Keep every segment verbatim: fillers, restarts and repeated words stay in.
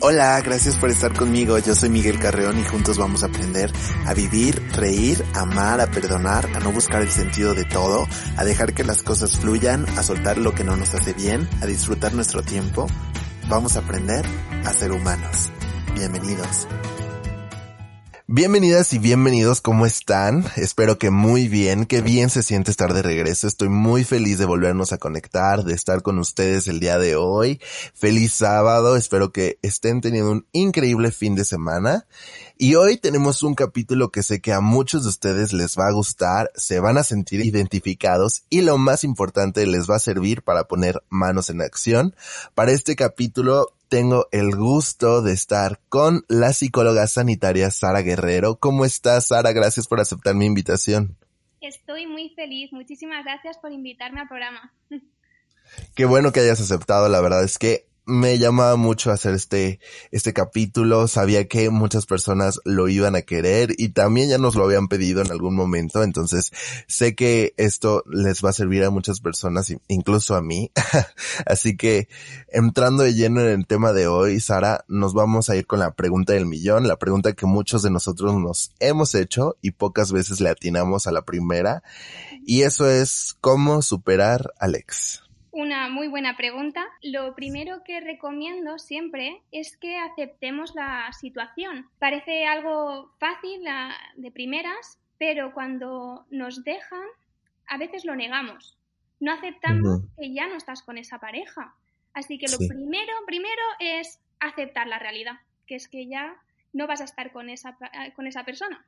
Hola, gracias por estar conmigo. Yo soy Miguel Carreón y juntos vamos a aprender a vivir, reír, amar, a perdonar, a no buscar el sentido de todo, a dejar que las cosas fluyan, a soltar lo que no nos hace bien, a disfrutar nuestro tiempo. Vamos a aprender a ser humanos. Bienvenidos. Bienvenidas y bienvenidos, ¿cómo están? Espero que muy bien, qué bien se siente estar de regreso. Estoy muy feliz de volvernos a conectar, de estar con ustedes el día de hoy. Feliz sábado, espero que estén teniendo un increíble fin de semana. Y hoy tenemos un capítulo que sé que a muchos de ustedes les va a gustar, se van a sentir identificados y lo más importante, les va a servir para poner manos en acción. Para este capítulo tengo el gusto de estar con la psicóloga sanitaria Sara Guerrero. ¿Cómo estás, Sara? Gracias por aceptar mi invitación. Estoy muy feliz. Muchísimas gracias por invitarme al programa. Qué bueno que hayas aceptado. La verdad es que me llamaba mucho hacer este este capítulo. Sabía que muchas personas lo iban a querer y también ya nos lo habían pedido en algún momento. Entonces sé que esto les va a servir a muchas personas, incluso a mí. Así que entrando de lleno en el tema de hoy, Sara, nos vamos a ir con la pregunta del millón, la pregunta que muchos de nosotros nos hemos hecho y pocas veces le atinamos a la primera. Y eso es, ¿cómo superar al ex? Una muy buena pregunta. Lo primero que recomiendo siempre es que aceptemos la situación. Parece algo fácil de primeras, pero cuando nos dejan, a veces lo negamos. No aceptamos uh-huh. que ya no estás con esa pareja. Así que lo sí. primero, primero es aceptar la realidad, que es que ya no vas a estar con esa, con esa persona.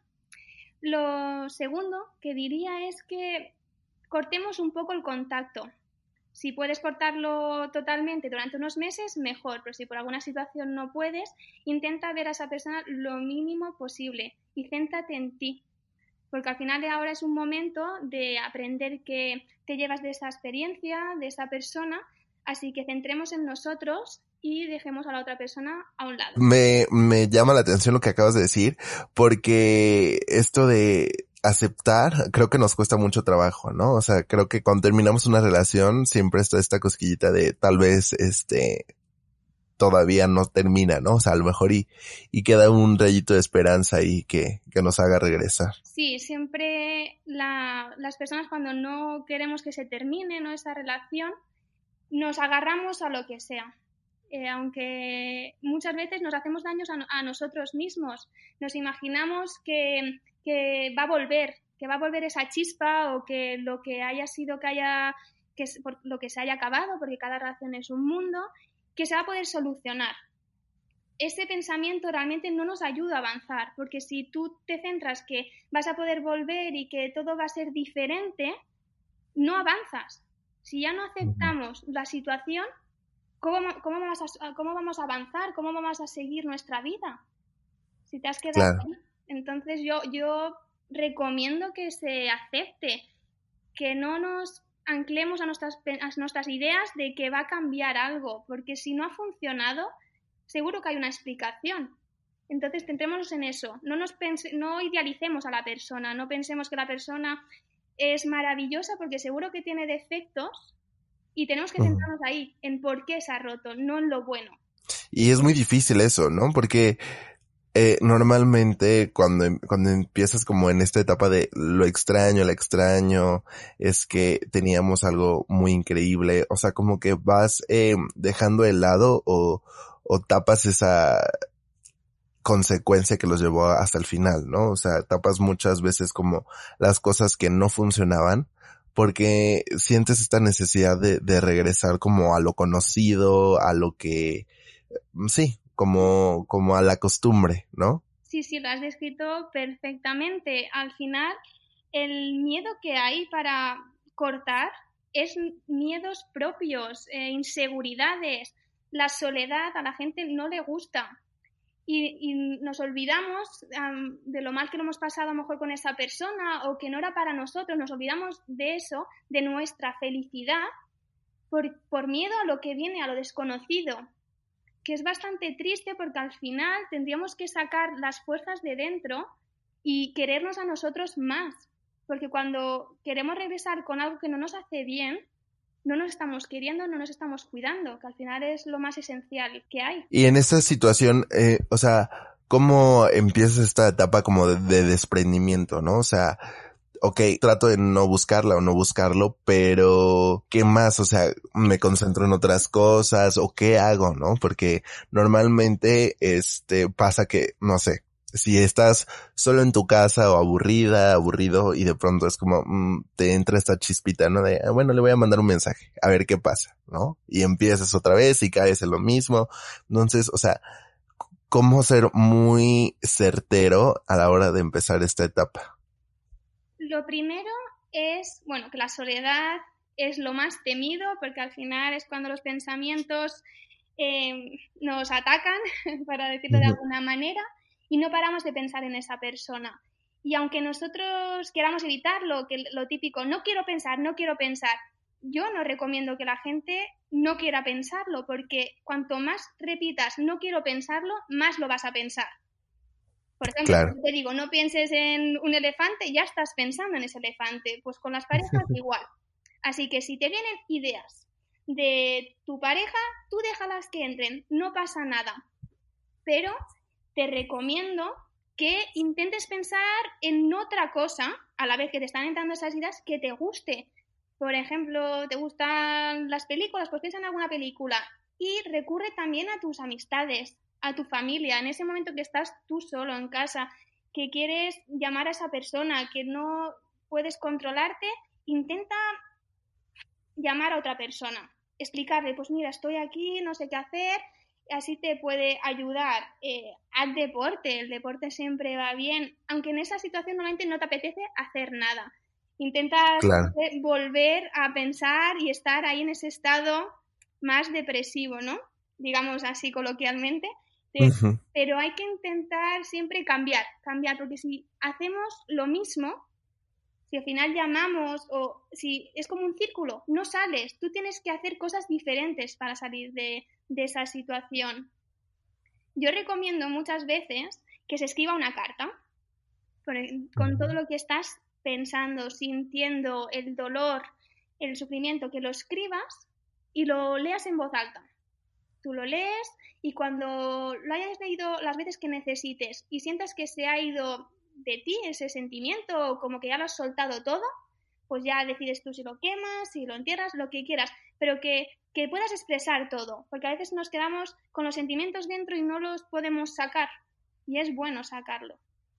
Lo segundo que diría es que cortemos un poco el contacto. Si puedes cortarlo totalmente durante unos meses, mejor, pero si por alguna situación no puedes, intenta ver a esa persona lo mínimo posible y céntrate en ti, porque al final de ahora es un momento de aprender qué te llevas de esa experiencia, de esa persona, así que centremos en nosotros y dejemos a la otra persona a un lado. Me, me llama la atención lo que acabas de decir, porque esto de aceptar, creo que nos cuesta mucho trabajo, ¿no? O sea, creo que cuando terminamos una relación siempre está esta cosquillita de tal vez, este, todavía no termina, ¿no? O sea, a lo mejor y, y queda un rayito de esperanza ahí que, que nos haga regresar. Sí, siempre la, las personas cuando no queremos que se termine, ¿no? Esa relación, nos agarramos a lo que sea. Eh, aunque muchas veces nos hacemos daños a, a nosotros mismos. Nos imaginamos que, que va a volver, que va a volver esa chispa o que lo que haya sido que haya, que por lo que se haya acabado, porque cada relación es un mundo, que se va a poder solucionar. Ese pensamiento realmente no nos ayuda a avanzar, porque si tú te centras que vas a poder volver y que todo va a ser diferente, no avanzas. Si ya no aceptamos la situación, ¿Cómo, cómo, vamos a, ¿Cómo vamos a avanzar? ¿Cómo vamos a seguir nuestra vida? Si te has quedado claro. ahí. Entonces yo, yo recomiendo que se acepte, que no nos anclemos a nuestras, a nuestras ideas de que va a cambiar algo, porque si no ha funcionado, seguro que hay una explicación. Entonces centrémonos en eso. No, nos pense, no idealicemos a la persona, no pensemos que la persona es maravillosa porque seguro que tiene defectos. Y tenemos que centrarnos uh-huh. ahí, en por qué se ha roto, no en lo bueno. Y es muy difícil eso, ¿no? Porque eh, normalmente cuando, cuando empiezas como en esta etapa de lo extraño, lo extraño, es que teníamos algo muy increíble. O sea, como que vas eh, dejando de lado o, o tapas esa consecuencia que los llevó hasta el final, ¿no? O sea, tapas muchas veces como las cosas que no funcionaban, porque sientes esta necesidad de, de regresar como a lo conocido, a lo que, sí, como, como a la costumbre, ¿no? Sí, sí, lo has descrito perfectamente. Al final, el miedo que hay para cortar es miedos propios, eh, inseguridades. La soledad a la gente no le gusta. Y, y nos olvidamos um, de lo mal que lo hemos pasado a lo mejor con esa persona o que no era para nosotros, nos olvidamos de eso, de nuestra felicidad por, por miedo a lo que viene, a lo desconocido, que es bastante triste porque al final tendríamos que sacar las fuerzas de dentro y querernos a nosotros más, porque cuando queremos regresar con algo que no nos hace bien, no nos estamos queriendo, no nos estamos cuidando, que al final es lo más esencial que hay. Y en esta situación, eh, o sea, ¿cómo empieza esta etapa como de, de desprendimiento, no? O sea, ok, trato de no buscarla o no buscarlo, pero ¿qué más? O sea, me concentro en otras cosas o ¿qué hago, no? Porque normalmente, este, pasa que, no sé, si estás solo en tu casa o aburrida, aburrido y de pronto es como, mmm, te entra esta chispita, ¿no? De, ah, bueno, le voy a mandar un mensaje, a ver qué pasa, ¿no? Y empiezas otra vez y caes en lo mismo. Entonces, o sea, ¿cómo ser muy certero a la hora de empezar esta etapa? Lo primero es, bueno, que la soledad es lo más temido porque al final es cuando los pensamientos eh, nos atacan, para decirlo de alguna manera, y no paramos de pensar en esa persona. Y aunque nosotros queramos evitarlo, que lo típico, no quiero pensar, no quiero pensar, yo no recomiendo que la gente no quiera pensarlo, porque cuanto más repitas no quiero pensarlo, más lo vas a pensar. Por ejemplo, Claro. si te digo, no pienses en un elefante, ya estás pensando en ese elefante. Pues con las parejas igual. Así que si te vienen ideas de tu pareja, tú déjalas que entren, no pasa nada. Pero te recomiendo que intentes pensar en otra cosa a la vez que te están entrando esas ideas que te guste. Por ejemplo, ¿te gustan las películas? Pues piensa en alguna película y recurre también a tus amistades, a tu familia, en ese momento que estás tú solo en casa, que quieres llamar a esa persona, que no puedes controlarte, intenta llamar a otra persona, explicarle, pues mira, estoy aquí, no sé qué hacer, así te puede ayudar. Eh, haz deporte, el deporte siempre va bien, aunque en esa situación normalmente no te apetece hacer nada. Intentas Claro. volver a pensar y estar ahí en ese estado más depresivo, ¿no? Digamos así coloquialmente. De, uh-huh. Pero hay que intentar siempre cambiar, cambiar, porque si hacemos lo mismo, si al final llamamos o si es como un círculo, no sales, tú tienes que hacer cosas diferentes para salir de, de esa situación. Yo recomiendo muchas veces que se escriba una carta con, el, con todo lo que estás pensando, sintiendo, el dolor, el sufrimiento, que lo escribas y lo leas en voz alta. Tú lo lees y cuando lo hayas leído las veces que necesites y sientas que se ha ido de ti ese sentimiento, como que ya lo has soltado todo, pues ya decides tú si lo quemas, si lo entierras, lo que quieras, pero que, que puedas expresar todo, porque a veces nos quedamos con los sentimientos dentro y no los podemos sacar, y es bueno sacarlo.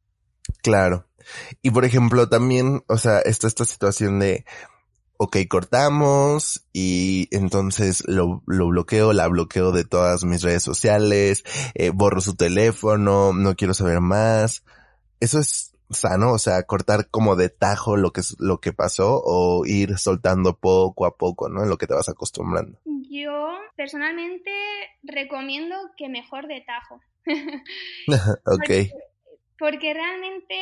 Claro. Y por ejemplo, también, o sea, está esta situación de, ok, cortamos y entonces lo, lo bloqueo, la bloqueo de todas mis redes sociales, eh, borro su teléfono, no quiero saber más. Eso es sano, o sea, cortar como de tajo lo que es lo que pasó o ir soltando poco a poco, ¿no? En lo que te vas acostumbrando. Yo personalmente recomiendo que mejor de tajo. Ok. Porque, porque realmente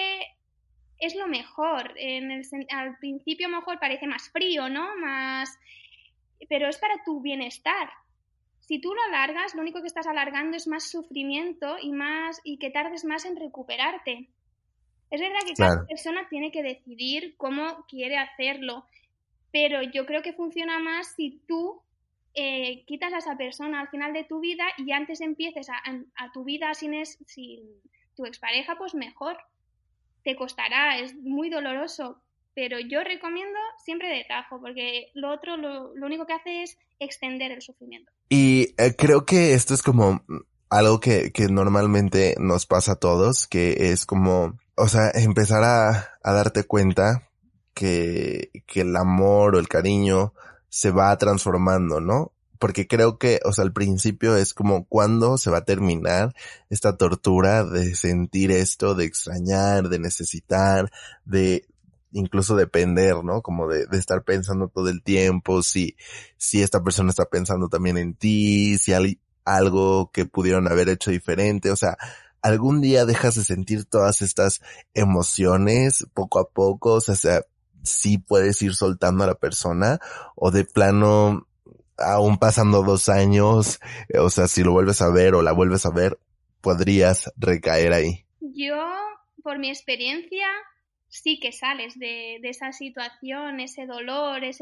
es lo mejor. En el, al principio a lo mejor parece más frío, ¿no? Más, pero es para tu bienestar. Si tú lo alargas, lo único que estás alargando es más sufrimiento y más y que tardes más en recuperarte. Es verdad que cada claro. persona tiene que decidir cómo quiere hacerlo, pero yo creo que funciona más si tú eh, quitas a esa persona al final de tu vida y antes empieces a, a, a tu vida sin, es, sin tu expareja, pues mejor. Te costará, es muy doloroso, pero yo recomiendo siempre de tajo, porque lo otro lo, lo único que hace es extender el sufrimiento. Y eh, creo que esto es como algo que, que normalmente nos pasa a todos, que es como, o sea, empezar a, a darte cuenta que, que el amor o el cariño se va transformando, ¿no? Porque creo que, o sea, al principio es como cuándo se va a terminar esta tortura de sentir esto, de extrañar, de necesitar, de incluso depender, ¿no? Como de, de estar pensando todo el tiempo, si, si esta persona está pensando también en ti, si hay algo que pudieron haber hecho diferente, o sea, algún día dejas de sentir todas estas emociones poco a poco, o sea, o sea sí puedes ir soltando a la persona, o de plano, aún pasando dos años, o sea, si lo vuelves a ver o la vuelves a ver, podrías recaer ahí. Yo, por mi experiencia, sí que sales de, de esa situación, ese dolor, ese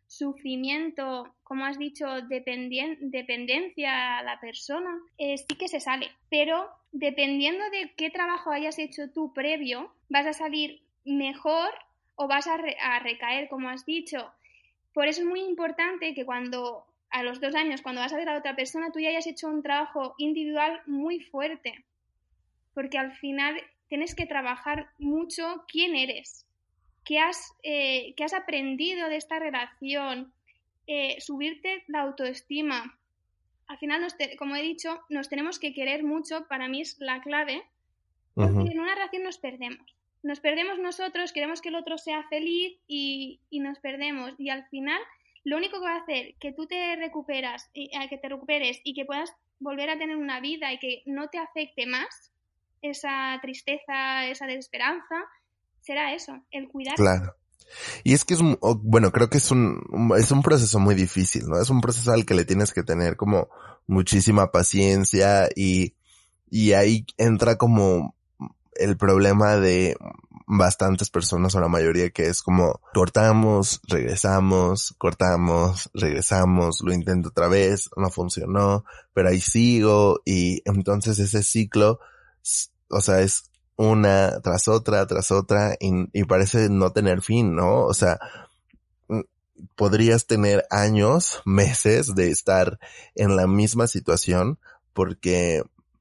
sufrimiento, como has dicho, dependien- dependencia a la persona, eh, sí que se sale. Pero dependiendo de qué trabajo hayas hecho tú previo, vas a salir mejor o vas a, re- a recaer, como has dicho. Por eso es muy importante que cuando a los dos años, cuando vas a ver a otra persona, tú ya hayas hecho un trabajo individual muy fuerte. Porque al final tienes que trabajar mucho quién eres, qué has, eh, qué has aprendido de esta relación, eh, subirte la autoestima. Al final, nos te, como he dicho, nos tenemos que querer mucho, para mí es la clave, porque Uh-huh. en una relación nos perdemos. Nos perdemos nosotros, queremos que el otro sea feliz y, y nos perdemos. Y al final, lo único que va a hacer que tú te recuperas, eh, que te recuperes y que puedas volver a tener una vida y que no te afecte más esa tristeza, esa desesperanza, será eso, el cuidarte. Claro. Y es que es, un- o- bueno, creo que es un, un- es un proceso muy difícil, ¿no? Es un proceso al que le tienes que tener como muchísima paciencia y, y ahí entra como el problema de bastantes personas o la mayoría, que es como cortamos, regresamos, cortamos, regresamos, lo intento otra vez, no funcionó, pero ahí sigo, y entonces ese ciclo, s- o sea, es una tras otra, tras otra, y, y parece no tener fin, ¿no? O sea, mm, podrías tener años, meses de estar en la misma situación porque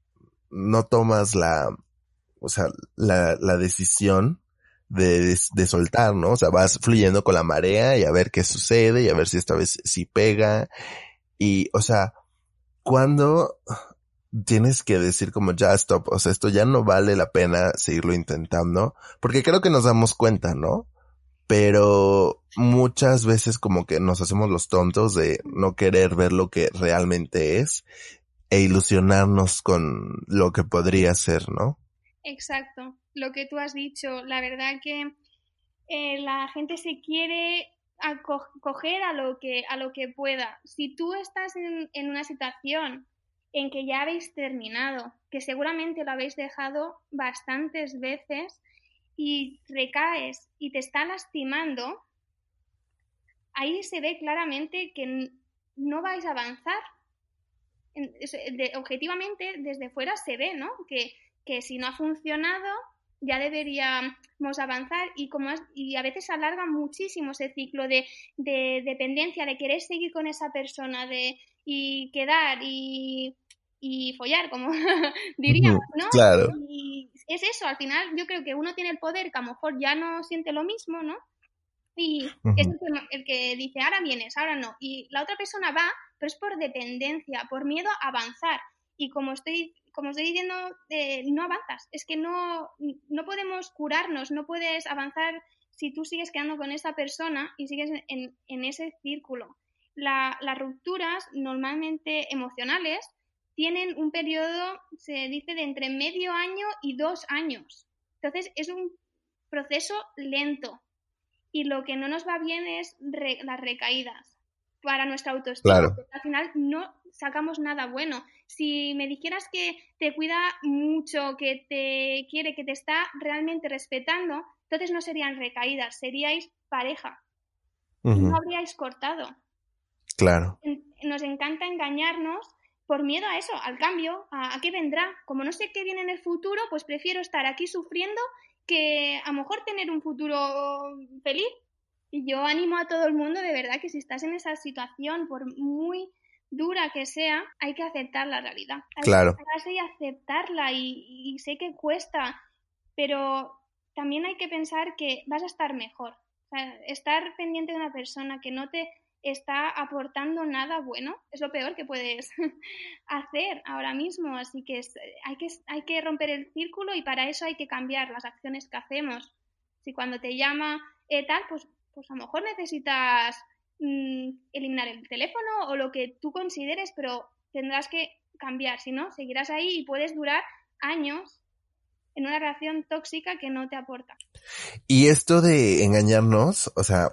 no tomas la, o sea, la, la decisión de, de, de soltar, ¿no? O sea, vas fluyendo con la marea y a ver qué sucede y a ver si esta vez sí pega. Y, o sea, cuando tienes que decir como ya stop, o sea, esto ya no vale la pena seguirlo intentando, porque creo que nos damos cuenta, ¿no? Pero muchas veces como que nos hacemos los tontos de no querer ver lo que realmente es e ilusionarnos con lo que podría ser, ¿no? Exacto, lo que tú has dicho, la verdad que eh, la gente se quiere acoger a lo que, a lo que pueda. Si tú estás en, en una situación en que ya habéis terminado, que seguramente lo habéis dejado bastantes veces y recaes y te está lastimando, ahí se ve claramente que no vais a avanzar. De, objetivamente, desde fuera se ve, ¿no? Que, que si no ha funcionado, ya deberíamos avanzar y como es, y a veces se alarga muchísimo ese ciclo de, de dependencia, de querer seguir con esa persona, de y quedar y, y follar, como diríamos, ¿no? Claro. Y es eso, al final yo creo que uno tiene el poder que a lo mejor ya no siente lo mismo, ¿no? Y uh-huh. es el que, el que dice, ahora vienes, ahora no. Y la otra persona va, pero es por dependencia, por miedo a avanzar. Y como estoy, como estoy diciendo, eh, no avanzas. Es que no, no podemos curarnos, no puedes avanzar si tú sigues quedando con esa persona y sigues en, en ese círculo. La, las rupturas normalmente emocionales tienen un periodo, se dice, de entre medio año y dos años. Entonces es un proceso lento. Y lo que no nos va bien es re, las recaídas para nuestra autoestima. Claro. Porque al final no sacamos nada bueno. Si me dijeras que te cuida mucho, que te quiere, que te está realmente respetando, entonces no serían recaídas, seríais pareja. Uh-huh. Y no habríais cortado. Claro. Nos encanta engañarnos por miedo a eso, al cambio, a, a qué vendrá. Como no sé qué viene en el futuro, pues prefiero estar aquí sufriendo que a lo mejor tener un futuro feliz. Y yo animo a todo el mundo, de verdad, que si estás en esa situación, por muy dura que sea, hay que aceptar la realidad. Hay claro. que aceptarse y aceptarla, y, y sé que cuesta, pero también hay que pensar que vas a estar mejor. O sea, estar pendiente de una persona que no te está aportando nada bueno es lo peor que puedes hacer ahora mismo, así que es, hay que hay que romper el círculo y para eso hay que cambiar las acciones que hacemos. Si cuando te llama eh, tal, pues, pues a lo mejor necesitas mmm, eliminar el teléfono o lo que tú consideres, pero tendrás que cambiar, si no, seguirás ahí y puedes durar años en una relación tóxica que no te aporta. Y esto de engañarnos, o sea,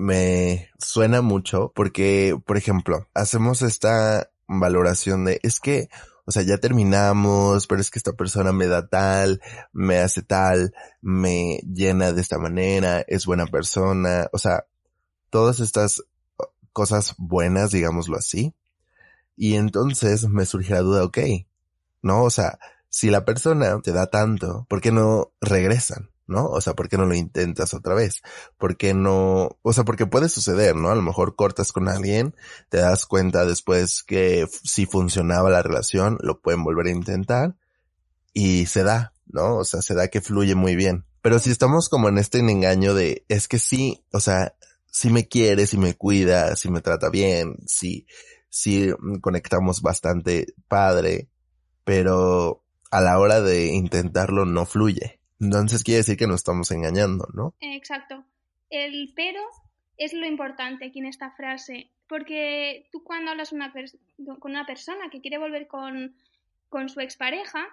me suena mucho porque, por ejemplo, hacemos esta valoración de, es que, o sea, ya terminamos, pero es que esta persona me da tal, me hace tal, me llena de esta manera, es buena persona, o sea, todas estas cosas buenas, digámoslo así. Y entonces me surge la duda, ok, ¿no? O sea, si la persona te da tanto, ¿por qué no regresan? ¿No? O sea, ¿por qué no lo intentas otra vez? ¿Por qué no? O sea, porque puede suceder, ¿no? A lo mejor cortas con alguien, te das cuenta después que f- si funcionaba la relación, lo pueden volver a intentar y se da, ¿no? O sea, se da que fluye muy bien. Pero si estamos como en este engaño de, es que sí, o sea, si me quiere, si me cuida, si me trata bien, si, si conectamos bastante padre, pero a la hora de intentarlo no fluye. Entonces quiere decir que nos estamos engañando, ¿no? Exacto. El pero es lo importante aquí en esta frase, porque tú cuando hablas una pers- con una persona que quiere volver con, con su expareja,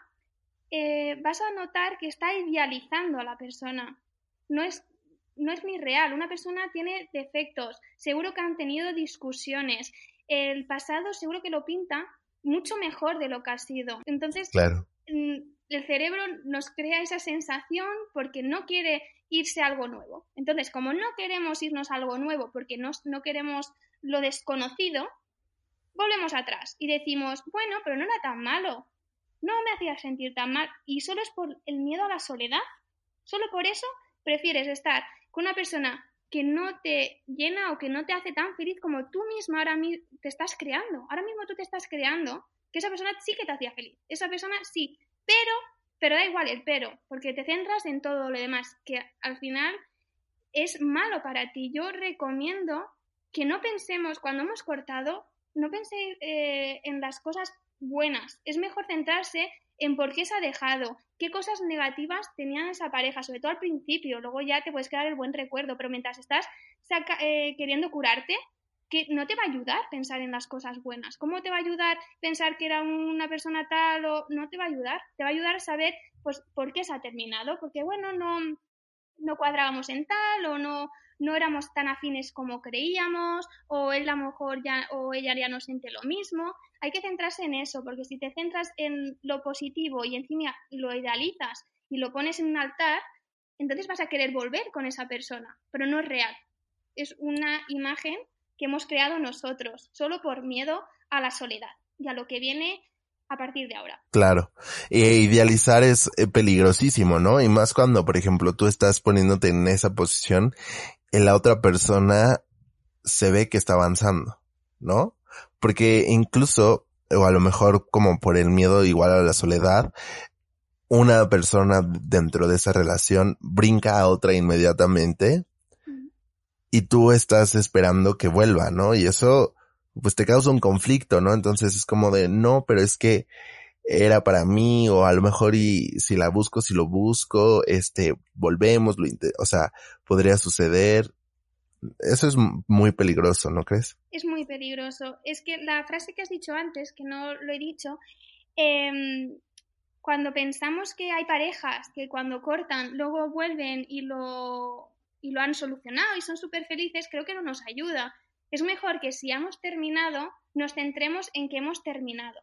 eh, vas a notar que está idealizando a la persona. No es, no es ni real. Una persona tiene defectos, seguro que han tenido discusiones. El pasado seguro que lo pinta mucho mejor de lo que ha sido. Entonces, Claro, el cerebro nos crea esa sensación porque no quiere irse a algo nuevo. Entonces, como no queremos irnos a algo nuevo porque no, no queremos lo desconocido, volvemos atrás y decimos, bueno, pero no era tan malo, no me hacía sentir tan mal y solo es por el miedo a la soledad. Solo por eso prefieres estar con una persona que no te llena o que no te hace tan feliz como tú misma ahora mismo te estás creando. Ahora mismo tú te estás creando que esa persona sí que te hacía feliz. Esa persona sí, pero, pero da igual el pero, porque te centras en todo lo demás, que al final es malo para ti. Yo recomiendo que no pensemos, cuando hemos cortado, no penséis eh, en las cosas buenas. Es mejor centrarse en por qué se ha dejado, qué cosas negativas tenían esa pareja, sobre todo al principio. Luego ya te puedes quedar el buen recuerdo, pero mientras estás saca, eh, queriendo curarte, que no te va a ayudar pensar en las cosas buenas. ¿Cómo te va a ayudar pensar que era una persona tal o no te va a ayudar? Te va a ayudar a saber pues por qué se ha terminado, porque bueno, no no cuadrábamos en tal o no, no éramos tan afines como creíamos o él a lo mejor ya o ella ya no siente lo mismo. Hay que centrarse en eso, porque si te centras en lo positivo y encima lo idealizas y lo pones en un altar, entonces vas a querer volver con esa persona, pero no es real. Es una imagen que hemos creado nosotros, solo por miedo a la soledad y a lo que viene a partir de ahora. claro. E idealizar es eh, peligrosísimo, ¿no? Y más cuando, por ejemplo, tú estás poniéndote en esa posición y la otra persona se ve que está avanzando, ¿no? Porque incluso, o a lo mejor como por el miedo igual a la soledad, una persona dentro de esa relación brinca a otra inmediatamente Mm. y tú estás esperando que vuelva, ¿no? Y eso, pues te causa un conflicto, ¿no? Entonces es como de, no, pero es que era para mí, o a lo mejor y si la busco, si lo busco, este, volvemos, lo inte- o sea, podría suceder. Eso es m- muy peligroso, ¿no crees? Es muy peligroso. Es que la frase que has dicho antes, que no lo he dicho, eh, cuando pensamos que hay parejas que cuando cortan luego vuelven y lo, y lo han solucionado y son súper felices, creo que no nos ayuda. Es mejor que si hemos terminado, nos centremos en que hemos terminado.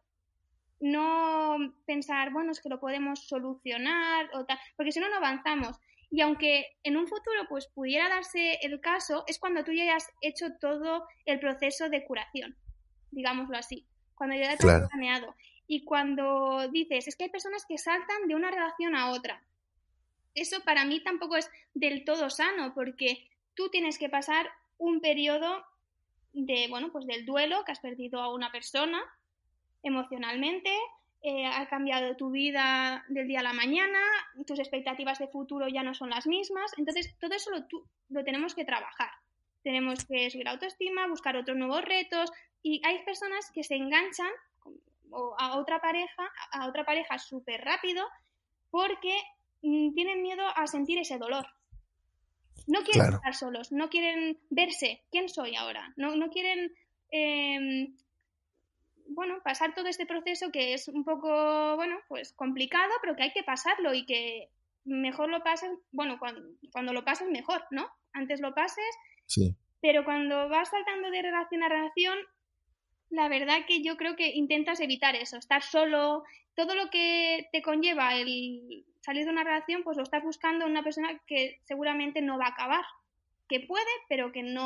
No pensar, bueno, es que lo podemos solucionar o tal, porque si no, no avanzamos. Y aunque en un futuro pues pudiera darse el caso, es cuando tú ya has hecho todo el proceso de curación, digámoslo así, cuando ya te has Claro, planeado. Y cuando dices, es que hay personas que saltan de una relación a otra. Eso para mí tampoco es del todo sano, porque tú tienes que pasar un periodo de, bueno, pues del duelo, que has perdido a una persona, emocionalmente, eh, ha cambiado tu vida del día a la mañana, tus expectativas de futuro ya no son las mismas, entonces todo eso lo, tú, lo tenemos que trabajar. Tenemos que subir la autoestima, buscar otros nuevos retos y hay personas que se enganchan a otra pareja, a otra pareja súper rápido porque mm, tienen miedo a sentir ese dolor. No quieren claro, estar solos, no quieren verse, ¿quién soy ahora? No, no quieren eh, bueno, pasar todo este proceso que es un poco, bueno, pues complicado, pero que hay que pasarlo y que mejor lo pases, bueno, cuando, cuando lo pases mejor, ¿no? Antes lo pases, sí, pero cuando vas saltando de relación a relación, la verdad que yo creo que intentas evitar eso, estar solo, todo lo que te conlleva el salir de una relación, pues lo estás buscando en una persona que seguramente no va a acabar, que puede, pero que no,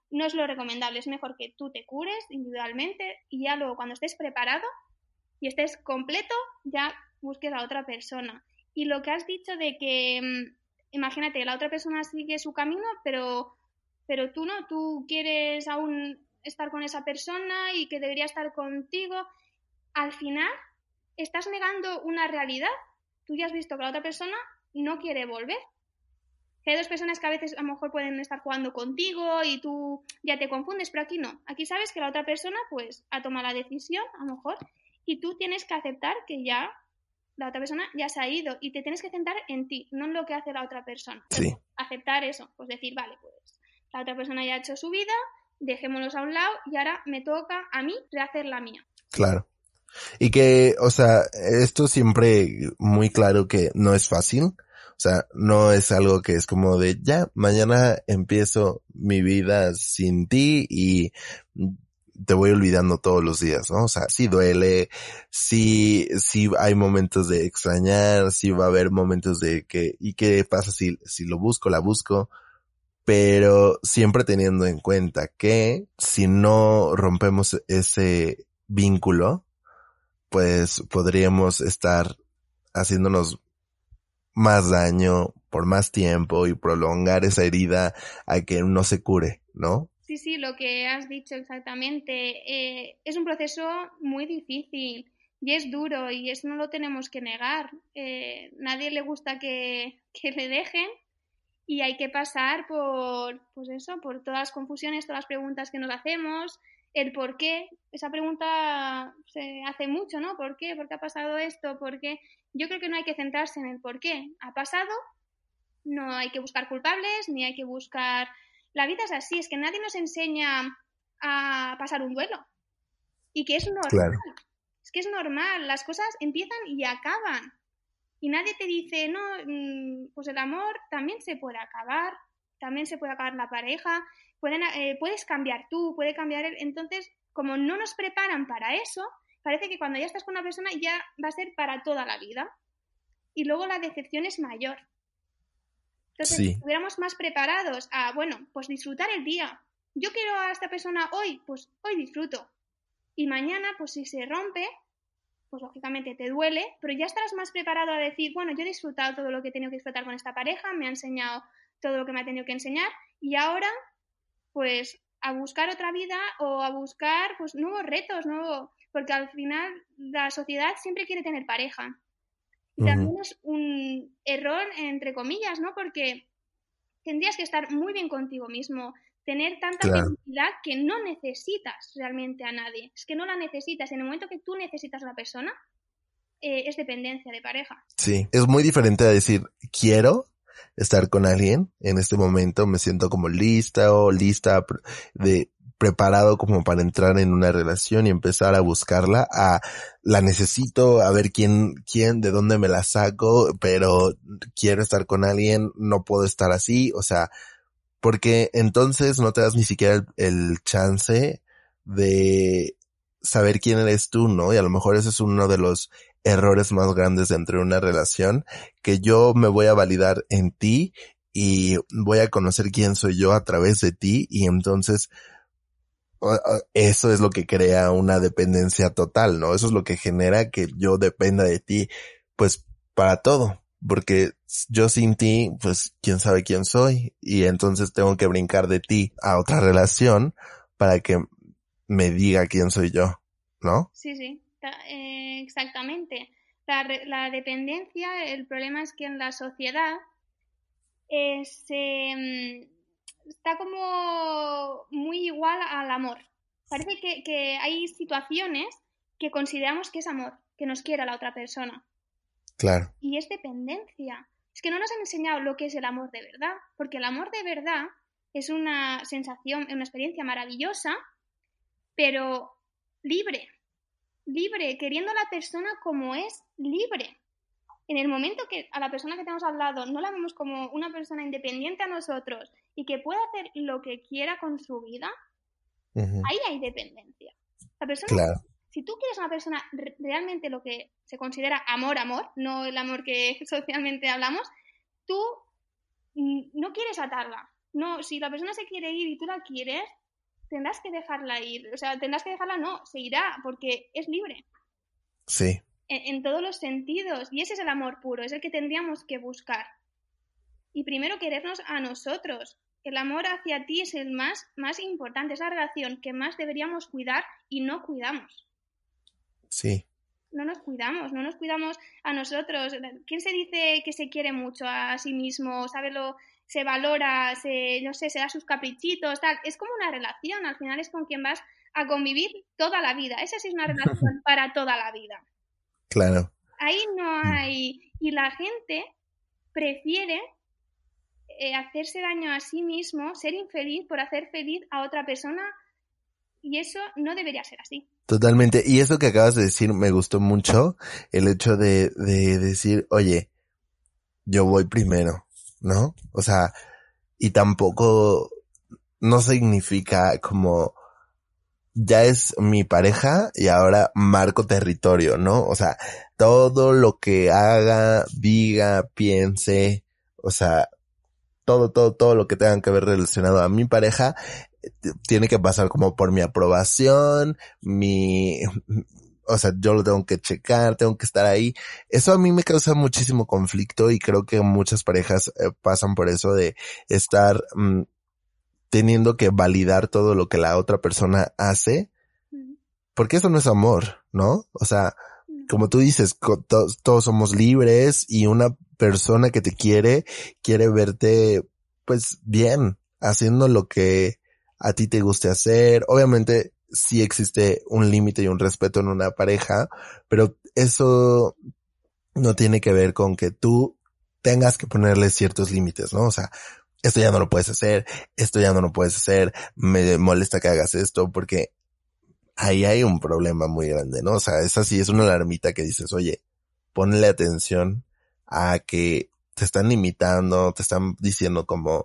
no es lo recomendable. Es mejor que tú te cures individualmente y ya luego cuando estés preparado y estés completo, ya busques a otra persona. Y lo que has dicho de que, imagínate, la otra persona sigue su camino, pero, pero tú no, tú quieres aún estar con esa persona y que debería estar contigo. Al final, estás negando una realidad. Tú ya has visto que la otra persona no quiere volver. Que hay dos personas que a veces a lo mejor pueden estar jugando contigo y tú ya te confundes, pero aquí no. Aquí sabes que la otra persona pues ha tomado la decisión, a lo mejor, y tú tienes que aceptar que ya la otra persona ya se ha ido y te tienes que centrar en ti, no en lo que hace la otra persona. Sí. Aceptar eso, pues decir, vale, pues la otra persona ya ha hecho su vida, dejémoslos a un lado y ahora me toca a mí rehacer la mía. Claro. Y que, o sea, esto siempre muy claro que no es fácil. O sea, no es algo que es como de, ya, mañana empiezo mi vida sin ti y te voy olvidando todos los días, ¿no? O sea, sí duele, sí, sí hay momentos de extrañar, sí va a haber momentos de que, ¿y qué pasa si, si lo busco, la busco? Pero siempre teniendo en cuenta que si no rompemos ese vínculo, pues podríamos estar haciéndonos más daño por más tiempo y prolongar esa herida a que no se cure, ¿no? Sí, sí, lo que has dicho exactamente. Eh, es un proceso muy difícil y es duro y eso no lo tenemos que negar. Eh, nadie le gusta que, que le dejen y hay que pasar por, pues eso, por todas las confusiones, todas las preguntas que nos hacemos, el por qué. Esa pregunta se hace mucho, ¿no? ¿Por qué? ¿Por qué ha pasado esto? ¿Por qué? Yo creo que no hay que centrarse en el por qué ha pasado, no hay que buscar culpables, ni hay que buscar... La vida es así, es que nadie nos enseña a pasar un duelo. Y que es normal. Claro. Es que es normal, las cosas empiezan y acaban. Y nadie te dice, no, pues el amor también se puede acabar, también se puede acabar la pareja, pueden, eh, puedes cambiar tú, puede cambiar él. Entonces, como no nos preparan para eso, parece que cuando ya estás con una persona ya va a ser para toda la vida. Y luego la decepción es mayor. Entonces, sí. si estuviéramos más preparados a, bueno, pues disfrutar el día. Yo quiero a esta persona hoy, pues hoy disfruto. Y mañana, pues si se rompe, pues lógicamente te duele, pero ya estarás más preparado a decir, bueno, yo he disfrutado todo lo que he tenido que disfrutar con esta pareja, me ha enseñado todo lo que me ha tenido que enseñar y ahora, pues, a buscar otra vida o a buscar, pues, nuevos retos, nuevo, porque al final la sociedad siempre quiere tener pareja. Y también uh-huh. es un error, entre comillas, ¿no? Porque tendrías que estar muy bien contigo mismo, tener tanta claro. felicidad que no necesitas realmente a nadie. Es que no la necesitas. En el momento que tú necesitas a la persona, eh, es dependencia de pareja. Sí, es muy diferente a decir, quiero estar con alguien. En este momento me siento como lista o lista de preparado como para entrar en una relación y empezar a buscarla, a la necesito, a ver quién, quién, de dónde me la saco, pero quiero estar con alguien, no puedo estar así, o sea, porque entonces no te das ni siquiera el, el chance de saber quién eres tú, ¿no? Y a lo mejor ese es uno de los errores más grandes dentro de una relación, que yo me voy a validar en ti y voy a conocer quién soy yo a través de ti y entonces eso es lo que crea una dependencia total, ¿no? Eso es lo que genera que yo dependa de ti, pues, para todo. Porque yo sin ti, pues, quién sabe quién soy. Y entonces tengo que brincar de ti a otra relación para que me diga quién soy yo, ¿no? Sí, sí, eh, exactamente. La, la dependencia, el problema es que en la sociedad eh, se... está como muy igual al amor. Parece que, que hay situaciones que consideramos que es amor, que nos quiera la otra persona. Claro. Y es dependencia. Es que no nos han enseñado lo que es el amor de verdad, porque el amor de verdad es una sensación, una experiencia maravillosa, pero libre. Libre, queriendo a la persona como es, libre. En el momento que a la persona que tenemos al lado no la vemos como una persona independiente a nosotros y que pueda hacer lo que quiera con su vida, uh-huh. ahí hay dependencia. La persona, claro. Si tú quieres a una persona realmente lo que se considera amor, amor, no el amor que socialmente hablamos, tú no quieres atarla. No, si la persona se quiere ir y tú la quieres, tendrás que dejarla ir. O sea, tendrás que dejarla, no, se irá, porque es libre. Sí. En, en todos los sentidos. Y ese es el amor puro, es el que tendríamos que buscar. Y primero querernos a nosotros. El amor hacia ti es el más, más importante, es la relación que más deberíamos cuidar y no cuidamos. Sí. No nos cuidamos, no nos cuidamos a nosotros. ¿Quién se dice que se quiere mucho a sí mismo, sabe lo, se valora, se, no sé, se da sus caprichitos, tal? Es como una relación, al final es con quien vas a convivir toda la vida. Esa sí es una relación para toda la vida. Claro. Ahí no hay... Y la gente prefiere eh, hacerse daño a sí mismo, ser infeliz por hacer feliz a otra persona, y eso no debería ser así. Totalmente. Y eso que acabas de decir me gustó mucho, el hecho de, de decir, oye, yo voy primero, ¿no? O sea, y tampoco no significa como ya es mi pareja y ahora marco territorio, ¿no? O sea, todo lo que haga, diga, piense, o sea, todo, todo, todo lo que tenga que ver relacionado a mi pareja tiene que pasar como por mi aprobación, mi, o sea, yo lo tengo que checar, tengo que estar ahí. Eso a mí me causa muchísimo conflicto y creo que muchas parejas eh, pasan por eso de estar mmm, teniendo que validar todo lo que la otra persona hace, porque eso no es amor, ¿no? O sea, como tú dices, todos, todos somos libres y una persona que te quiere, quiere verte, pues, bien, haciendo lo que a ti te guste hacer. Obviamente, sí existe un límite y un respeto en una pareja, pero eso no tiene que ver con que tú tengas que ponerle ciertos límites, ¿no? O sea, esto ya no lo puedes hacer, esto ya no lo puedes hacer, me molesta que hagas esto, porque ahí hay un problema muy grande, ¿no? O sea, esa sí es una alarmita que dices, oye, ponle atención a que te están limitando, te están diciendo como,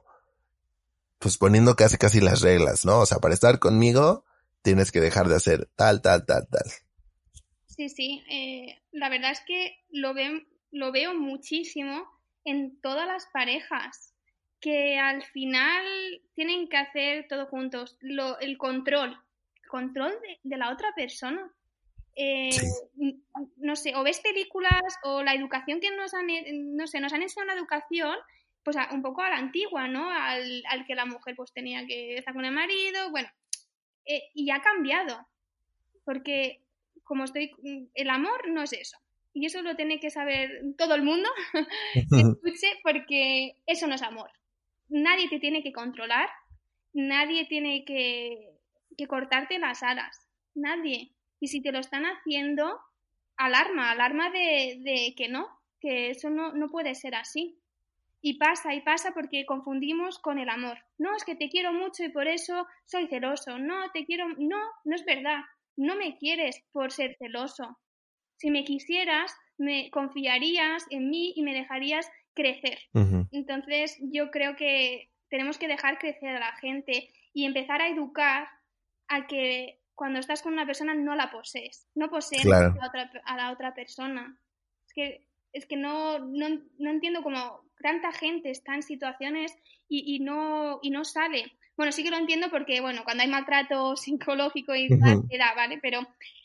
pues poniendo casi casi las reglas, ¿no? O sea, para estar conmigo tienes que dejar de hacer tal, tal, tal, tal. Sí, sí, eh, la verdad es que lo, ven, lo veo muchísimo en todas las parejas, que al final tienen que hacer todo juntos, lo, el control, el control de, de la otra persona. Eh, sí. No sé, o ves películas o la educación que nos han, no sé, nos han enseñado una educación pues a, un poco a la antigua, ¿no? Al, al que la mujer pues tenía que estar con el marido, bueno, eh, y ha cambiado, porque como estoy, el amor no es eso. Y eso lo tiene que saber todo el mundo que escuche, porque eso no es amor. Nadie te tiene que controlar, nadie tiene que, que cortarte las alas, nadie. Y si te lo están haciendo, alarma, alarma de, de que no, que eso no, no puede ser así. Y pasa, y pasa porque confundimos con el amor. No, es que te quiero mucho y por eso soy celoso. No, te quiero... No, no es verdad. No me quieres por ser celoso. Si me quisieras, me confiarías en mí y me dejarías crecer. Uh-huh. Entonces, yo creo que tenemos que dejar crecer a la gente y empezar a educar a que cuando estás con una persona no la posees. No posees claro. a, la otra, a la otra persona. Es que, es que no, no, no entiendo cómo tanta gente está en situaciones y, y, no, y no sale. Bueno, sí que lo entiendo porque, bueno, cuando hay maltrato psicológico y tal, uh-huh. da, ¿vale? Pero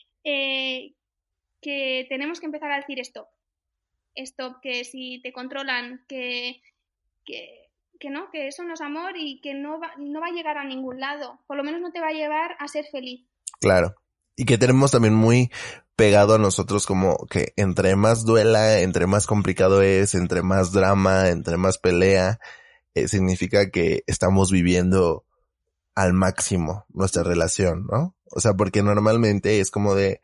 eh, que tenemos que empezar a decir stop. Stop, que si te controlan, que, que, que no, que eso no es amor y que no va, no va a llegar a ningún lado. Por lo menos no te va a llevar a ser feliz. Claro. Y que tenemos también muy pegado a nosotros como que entre más duela, entre más complicado es, entre más drama, entre más pelea, eh, significa que estamos viviendo al máximo nuestra relación, ¿no? O sea, porque normalmente es como de,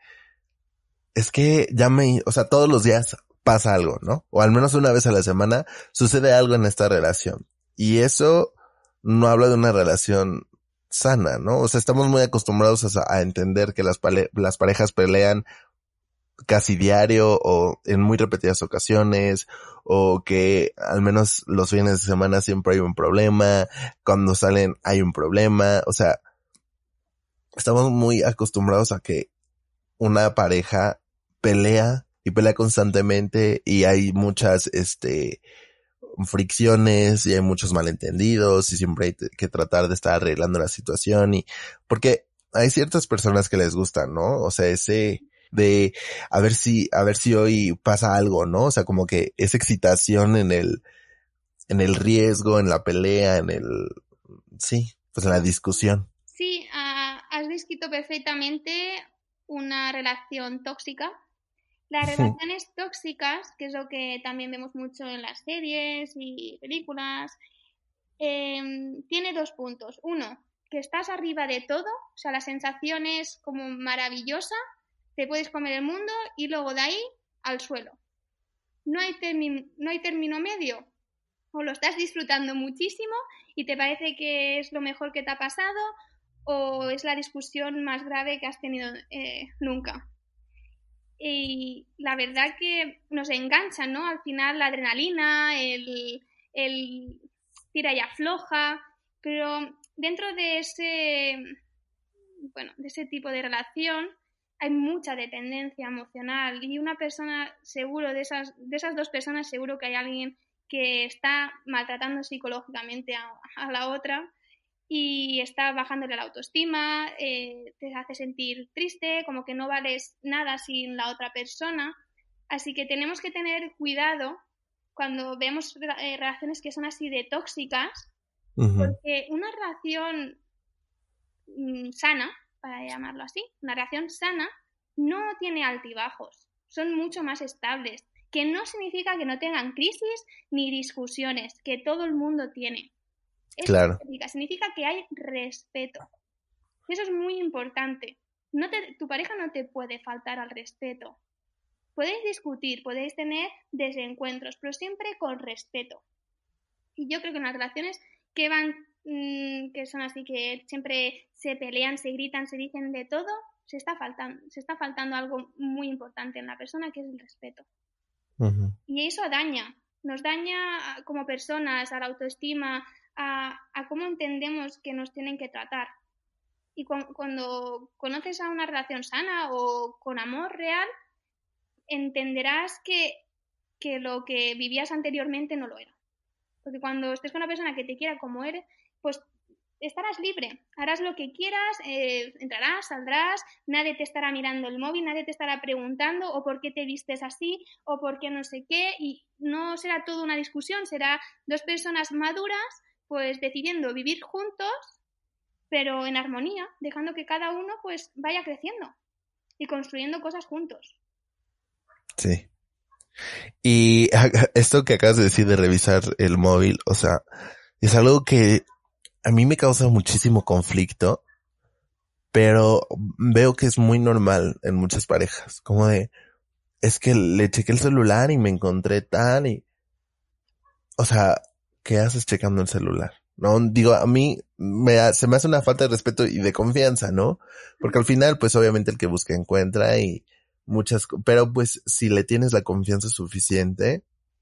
es que ya me, o sea, todos los días pasa algo, ¿no? O al menos una vez a la semana sucede algo en esta relación. Y eso no habla de una relación sana, ¿no? O sea, estamos muy acostumbrados a, a entender que las, pale- las parejas pelean casi diario o en muy repetidas ocasiones, o que al menos los fines de semana siempre hay un problema, cuando salen hay un problema, o sea, estamos muy acostumbrados a que una pareja pelea y pelea constantemente y hay muchas, este, fricciones y hay muchos malentendidos y siempre hay que tratar de estar arreglando la situación y porque hay ciertas personas que les gustan, ¿no? O sea, ese de a ver si a ver si hoy pasa algo, ¿no? O sea, como que esa excitación en el en el riesgo, en la pelea, en el sí, pues en la discusión. Sí, uh, has descrito perfectamente una relación tóxica. Las relaciones tóxicas, que es lo que también vemos mucho en las series y películas, eh, tiene dos puntos. Uno, que estás arriba de todo, o sea, la sensación es como maravillosa, te puedes comer el mundo y luego de ahí al suelo. No hay, termi- no hay término medio. O lo estás disfrutando muchísimo y te parece que es lo mejor que te ha pasado, o es la discusión más grave que has tenido eh, nunca. Y la verdad que nos engancha, ¿no? Al final la adrenalina, el, el tira y afloja, pero dentro de ese, bueno, de ese tipo de relación hay mucha dependencia emocional y una persona, seguro, de esas, de esas dos personas, seguro que hay alguien que está maltratando psicológicamente a, a la otra y está bajándole la autoestima, eh, te hace sentir triste, como que no vales nada sin la otra persona. Así que tenemos que tener cuidado cuando vemos eh, relaciones que son así de tóxicas, uh-huh. Porque una relación mmm, sana, para llamarlo así, una relación sana no tiene altibajos, son mucho más estables, que no significa que no tengan crisis ni discusiones, que todo el mundo tiene. Eso claro. significa, significa que hay respeto. Eso es muy importante. No te, tu pareja no te puede faltar al respeto. Podéis discutir, podéis tener desencuentros, pero siempre con respeto. Y yo creo que en las relaciones que van, mmm, que son así, que siempre se pelean, se gritan, se dicen de todo, se está faltando, se está faltando algo muy importante en la persona, que es el respeto. Uh-huh. Y eso daña, nos daña como personas, a la autoestima, A, a cómo entendemos que nos tienen que tratar. Y cu- cuando conoces a una relación sana o con amor real, entenderás que, que lo que vivías anteriormente no lo era. Porque cuando estés con una persona que te quiera como eres, pues estarás libre, harás lo que quieras, eh, entrarás, saldrás, nadie te estará mirando el móvil, nadie te estará preguntando o por qué te vistes así o por qué no sé qué, y no será toda una discusión, será dos personas maduras pues decidiendo vivir juntos, pero en armonía, dejando que cada uno pues vaya creciendo y construyendo cosas juntos. Sí. Y esto que acabas de decir de revisar el móvil, o sea, es algo que a mí me causa muchísimo conflicto, pero veo que es muy normal en muchas parejas, como de, es que le chequé el celular y me encontré tan y, o sea, ¿qué haces checando el celular? No, digo, a mí me, se me hace una falta de respeto y de confianza, ¿no? Porque al final, pues obviamente el que busca encuentra y muchas, pero pues si le tienes la confianza suficiente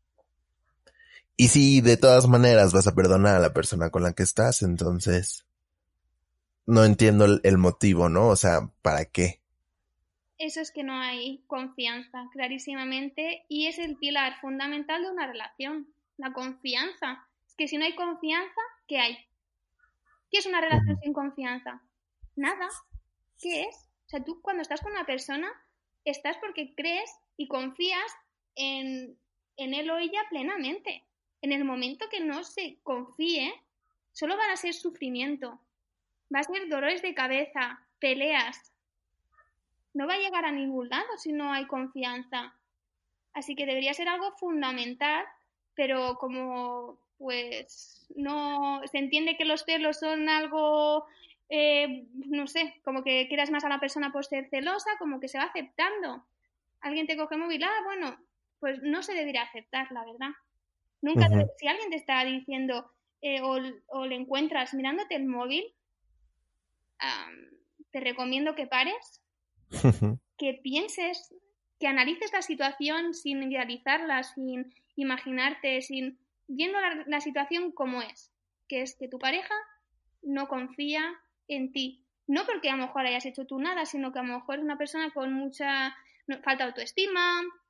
y si de todas maneras vas a perdonar a la persona con la que estás, entonces no entiendo el, el motivo, ¿no? O sea, ¿para qué? Eso es que no hay confianza, clarísimamente, y es el pilar fundamental de una relación, la confianza. Es que si no hay confianza, ¿qué hay? ¿Qué es una relación uh-huh. sin confianza? Nada. ¿Qué es? O sea, tú cuando estás con una persona, estás porque crees y confías en, en él o ella plenamente. En el momento que no se confíe, solo van a ser sufrimiento. Va a ser dolores de cabeza, peleas. No va a llegar a ningún lado si no hay confianza. Así que debería ser algo fundamental, pero como pues no se entiende que los celos son algo, eh, no sé, como que quieras más a la persona por ser celosa, como que se va aceptando. Alguien te coge el móvil, ah, bueno, pues no se debería aceptar, la verdad. Nunca, uh-huh. Si alguien te está diciendo eh, o, o le encuentras mirándote el móvil, um, te recomiendo que pares, uh-huh. que pienses, que analices la situación sin idealizarla, sin imaginarte, sin viendo la, la situación como es, que es que tu pareja no confía en ti. No porque a lo mejor hayas hecho tú nada, sino que a lo mejor es una persona con mucha no, falta de autoestima,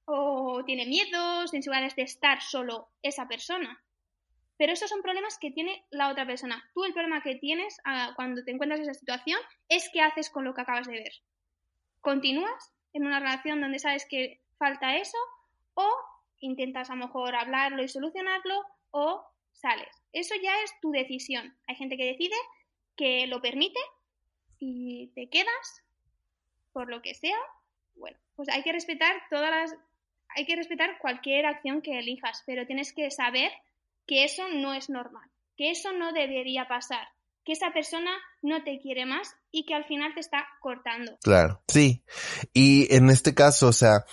o tiene miedos, inseguridades de estar solo esa persona. Pero esos son problemas que tiene la otra persona. Tú el problema que tienes uh, cuando te encuentras en esa situación es qué haces con lo que acabas de ver. ¿Continúas en una relación donde sabes que falta eso o intentas a lo mejor hablarlo y solucionarlo o sales? Eso ya es tu decisión. Hay gente que decide que lo permite y te quedas por lo que sea. Bueno, pues hay que respetar todas las... Hay que respetar cualquier acción que elijas, pero tienes que saber que eso no es normal, que eso no debería pasar, que esa persona no te quiere más y que al final te está cortando. Claro, sí. Y en este caso, o sea,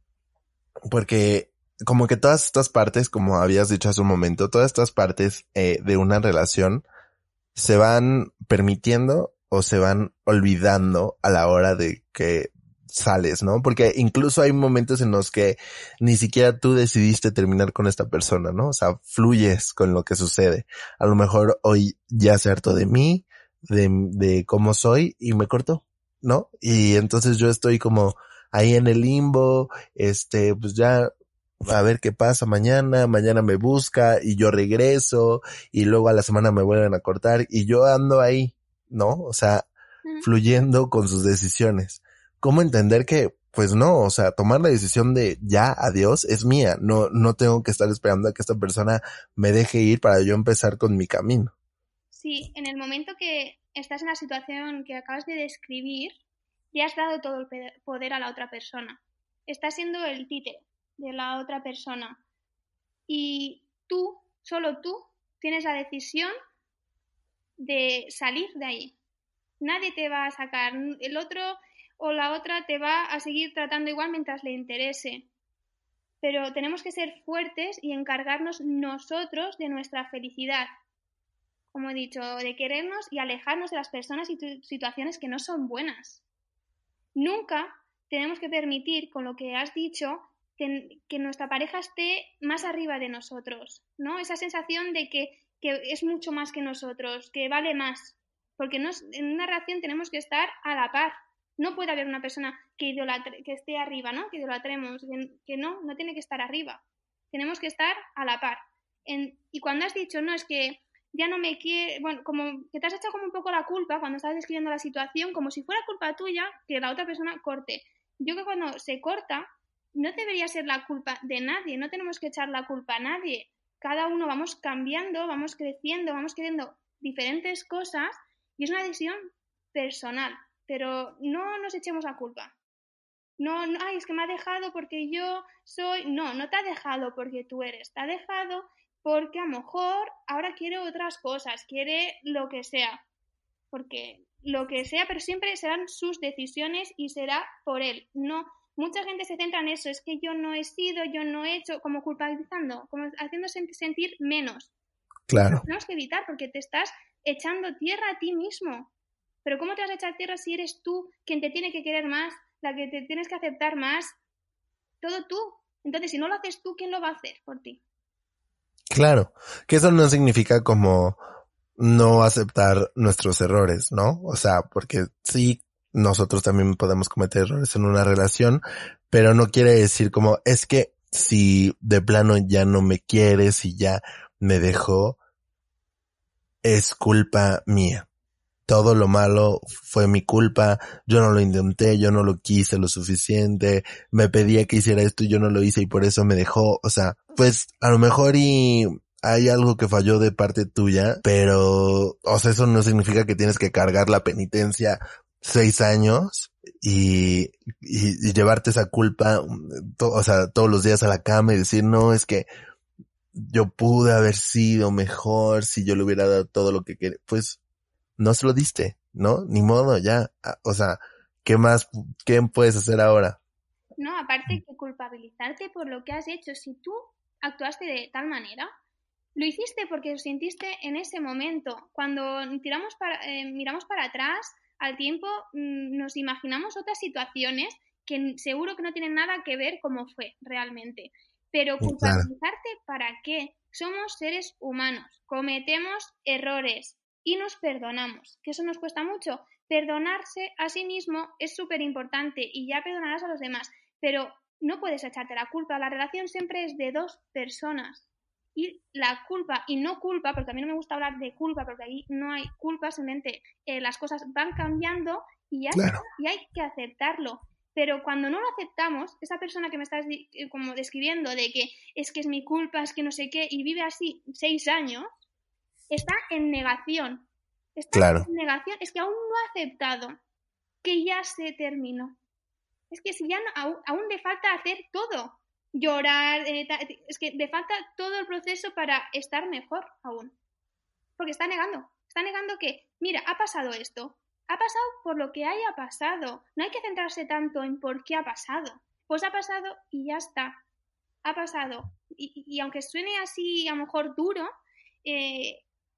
porque como que todas estas partes, como habías dicho hace un momento, todas estas partes eh, de una relación se van permitiendo o se van olvidando a la hora de que sales, ¿no? Porque incluso hay momentos en los que ni siquiera tú decidiste terminar con esta persona, ¿no? O sea, fluyes con lo que sucede. A lo mejor hoy ya se hartó de mí, de, de cómo soy y me cortó, ¿no? Y entonces yo estoy como ahí en el limbo, este, pues ya a ver qué pasa mañana, mañana me busca y yo regreso y luego a la semana me vuelven a cortar y yo ando ahí, ¿no? O sea, uh-huh. fluyendo con sus decisiones. ¿Cómo entender que, pues no, o sea, tomar la decisión de ya, adiós, es mía, no, no tengo que estar esperando a que esta persona me deje ir para yo empezar con mi camino? Sí, en el momento que estás en la situación que acabas de describir, le has dado todo el poder a la otra persona. Estás siendo el títere de la otra persona y tú, solo tú, tienes la decisión de salir de ahí. Nadie te va a sacar, el otro o la otra te va a seguir tratando igual mientras le interese, pero tenemos que ser fuertes y encargarnos nosotros de nuestra felicidad, como he dicho, de querernos y alejarnos de las personas y situaciones que no son buenas. Nunca tenemos que permitir, con lo que has dicho, que, que nuestra pareja esté más arriba de nosotros, ¿no? Esa sensación de que, que es mucho más que nosotros, que vale más, porque no, en una relación tenemos que estar a la par. No puede haber una persona que, idolatre, que esté arriba, ¿no? Que idolatremos, que, que no, no tiene que estar arriba. Tenemos que estar a la par. En, y cuando has dicho, no, es que ya no me quiere, bueno, como que te has echado como un poco la culpa cuando estás describiendo la situación, como si fuera culpa tuya que la otra persona corte. Yo creo que cuando se corta, no debería ser la culpa de nadie, no tenemos que echar la culpa a nadie. Cada uno vamos cambiando, vamos creciendo, vamos queriendo diferentes cosas y es una decisión personal, pero no nos echemos la culpa. No, no, ay, es que me ha dejado porque yo soy... No, no te ha dejado porque tú eres, te ha dejado porque a lo mejor ahora quiere otras cosas, quiere lo que sea, porque lo que sea, pero siempre serán sus decisiones y será por él. No, mucha gente se centra en eso, es que yo no he sido, yo no he hecho, como culpabilizando, como haciéndose sentir menos. Claro. Lo tenemos que evitar porque te estás echando tierra a ti mismo. Pero ¿cómo te vas a echar tierra si eres tú quien te tiene que querer más, la que te tienes que aceptar más? Todo tú. Entonces, si no lo haces tú, ¿quién lo va a hacer por ti? Claro, que eso no significa como no aceptar nuestros errores, ¿no? O sea, porque sí, nosotros también podemos cometer errores en una relación, pero no quiere decir como, es que si de plano ya no me quieres y ya me dejó, es culpa mía. Todo lo malo fue mi culpa, yo no lo intenté, yo no lo quise lo suficiente, me pedía que hiciera esto y yo no lo hice y por eso me dejó. O sea, pues a lo mejor y hay algo que falló de parte tuya, pero, o sea, eso no significa que tienes que cargar la penitencia seis años y, y, y llevarte esa culpa, to, o sea, todos los días a la cama y decir, no, es que yo pude haber sido mejor si yo le hubiera dado todo lo que quería. Pues, no se lo diste, ¿no? Ni modo, ya. O sea, ¿qué más, qué puedes hacer ahora? No, aparte que culpabilizarte por lo que has hecho. Si tú actuaste de tal manera, lo hiciste porque lo sentiste en ese momento. Cuando tiramos para, eh, miramos para atrás al tiempo, mmm, nos imaginamos otras situaciones que seguro que no tienen nada que ver cómo fue realmente. Pero culpabilizarte, claro. ¿Para qué? Somos seres humanos, cometemos errores y nos perdonamos, que eso nos cuesta mucho. Perdonarse a sí mismo es súper importante y ya perdonarás a los demás, pero no puedes echarte la culpa. La relación siempre es de dos personas. Y la culpa y no culpa, porque a mí no me gusta hablar de culpa, porque ahí no hay culpa, simplemente eh, las cosas van cambiando y, hay, Claro. y hay que aceptarlo. Pero cuando no lo aceptamos, esa persona que me estás como describiendo de que es que es mi culpa, es que no sé qué, y vive así seis años, está en negación. Está Claro. en negación, es que aún no ha aceptado que ya se terminó. Es que si ya no, aún, aún le falta hacer todo. Llorar, eh, es que le falta todo el proceso para estar mejor aún. Porque está negando. Está negando que, mira, ha pasado esto. Ha pasado por lo que haya pasado. No hay que centrarse tanto en por qué ha pasado. Pues ha pasado y ya está. Ha pasado. Y, y aunque suene así a lo mejor duro, eh,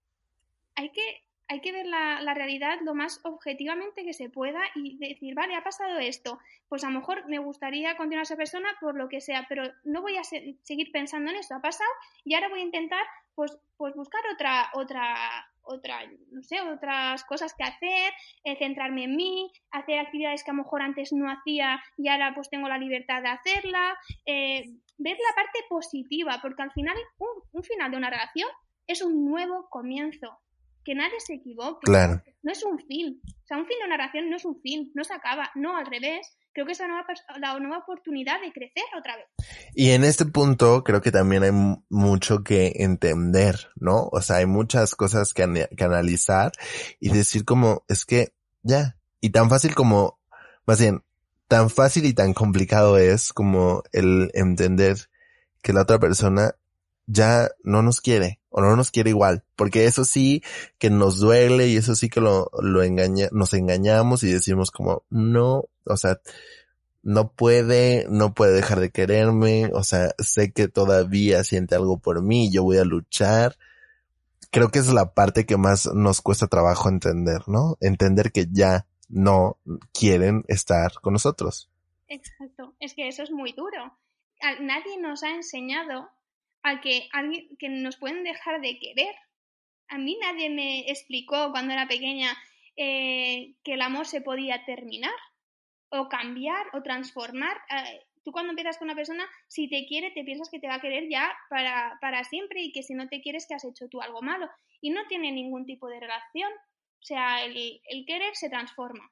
hay que... Hay que ver la, la realidad lo más objetivamente que se pueda y decir, vale, ha pasado esto, pues a lo mejor me gustaría continuar a esa persona por lo que sea, pero no voy a se- seguir pensando en eso, ha pasado y ahora voy a intentar pues, pues buscar otra, otra, otra, no sé, otras cosas que hacer, eh, centrarme en mí, hacer actividades que a lo mejor antes no hacía y ahora pues tengo la libertad de hacerla, eh, ver la parte positiva, porque al final un, un final de una relación es un nuevo comienzo. Que nadie se equivoque. Claro. No es un fin. O sea, un fin de una relación no es un fin, no se acaba. No, al revés. Creo que es la nueva, la nueva oportunidad de crecer otra vez. Y en este punto creo que también hay m- mucho que entender, ¿no? O sea, hay muchas cosas que, an- que analizar y decir como, es que ya. Y tan fácil como, más bien, tan fácil y tan complicado es como el entender que la otra persona ya no nos quiere o no nos quiere igual, porque eso sí que nos duele y eso sí que lo, lo engaña, nos engañamos y decimos como, no, o sea, no puede, no puede dejar de quererme, o sea, sé que todavía siente algo por mí, yo voy a luchar. Creo que esa es la parte que más nos cuesta trabajo entender, ¿no? Entender que ya no quieren estar con nosotros. Exacto. Es que eso es muy duro. Nadie nos ha enseñado a que, alguien, que nos pueden dejar de querer. A mí nadie me explicó cuando era pequeña eh, que el amor se podía terminar o cambiar o transformar. Eh, tú cuando empiezas con una persona, si te quiere, te piensas que te va a querer ya para, para siempre y que si no te quieres, que has hecho tú algo malo. Y no tiene ningún tipo de relación. O sea, el, el querer se transforma.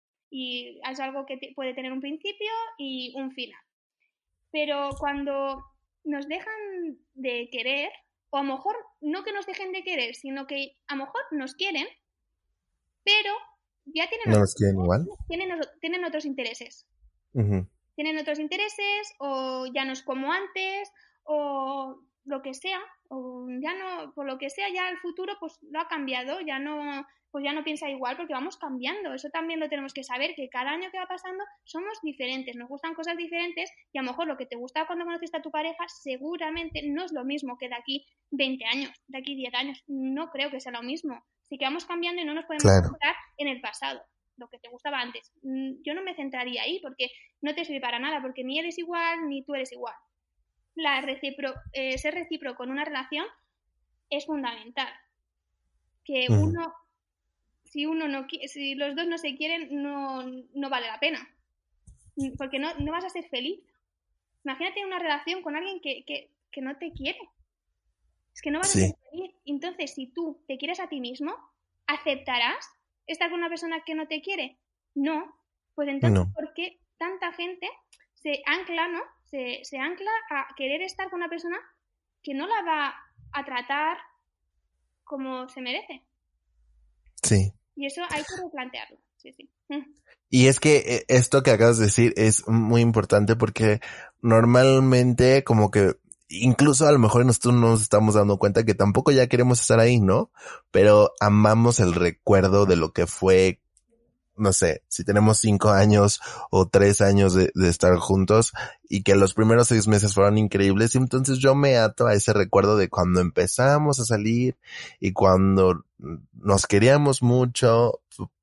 Y es algo que te, puede tener un principio y un final. Pero cuando nos dejan de querer, o a lo mejor no que nos dejen de querer, sino que a lo mejor nos quieren, pero ya tienen, ¿No otros, nos quieren igual? tienen, tienen otros intereses. Uh-huh. Tienen otros intereses, o ya no es como antes, o lo que sea, o ya no, por lo que sea, ya el futuro pues lo ha cambiado, ya no, pues ya no piensa igual porque vamos cambiando. Eso también lo tenemos que saber, que cada año que va pasando somos diferentes, nos gustan cosas diferentes y a lo mejor lo que te gustaba cuando conociste a tu pareja seguramente no es lo mismo que de aquí veinte años, de aquí diez años. No creo que sea lo mismo. Así que vamos cambiando y no nos podemos Claro. centrar en el pasado, lo que te gustaba antes. Yo no me centraría ahí porque no te sirve para nada, porque ni eres igual ni tú eres igual. La recipro, eh, ser recíproco en una relación es fundamental. Que Uh-huh. uno, si uno no si los dos no se quieren, no, no vale la pena. Porque no, no vas a ser feliz. Imagínate una relación con alguien que, que, que no te quiere. Es que no vas sí. a ser feliz. Entonces, si tú te quieres a ti mismo, ¿aceptarás estar con una persona que no te quiere? No. Pues entonces, no. ¿por qué tanta gente se ancla, ¿no? Se, se ancla a querer estar con una persona que no la va a tratar como se merece? Sí. Y eso hay que replantearlo. Sí, sí. Y es que esto que acabas de decir es muy importante porque normalmente como que incluso a lo mejor nosotros no nos estamos dando cuenta que tampoco ya queremos estar ahí, ¿no? Pero amamos el recuerdo de lo que fue, no sé, si tenemos cinco años o tres años de, de estar juntos y que los primeros seis meses fueron increíbles y entonces yo me ato a ese recuerdo de cuando empezamos a salir y cuando nos queríamos mucho,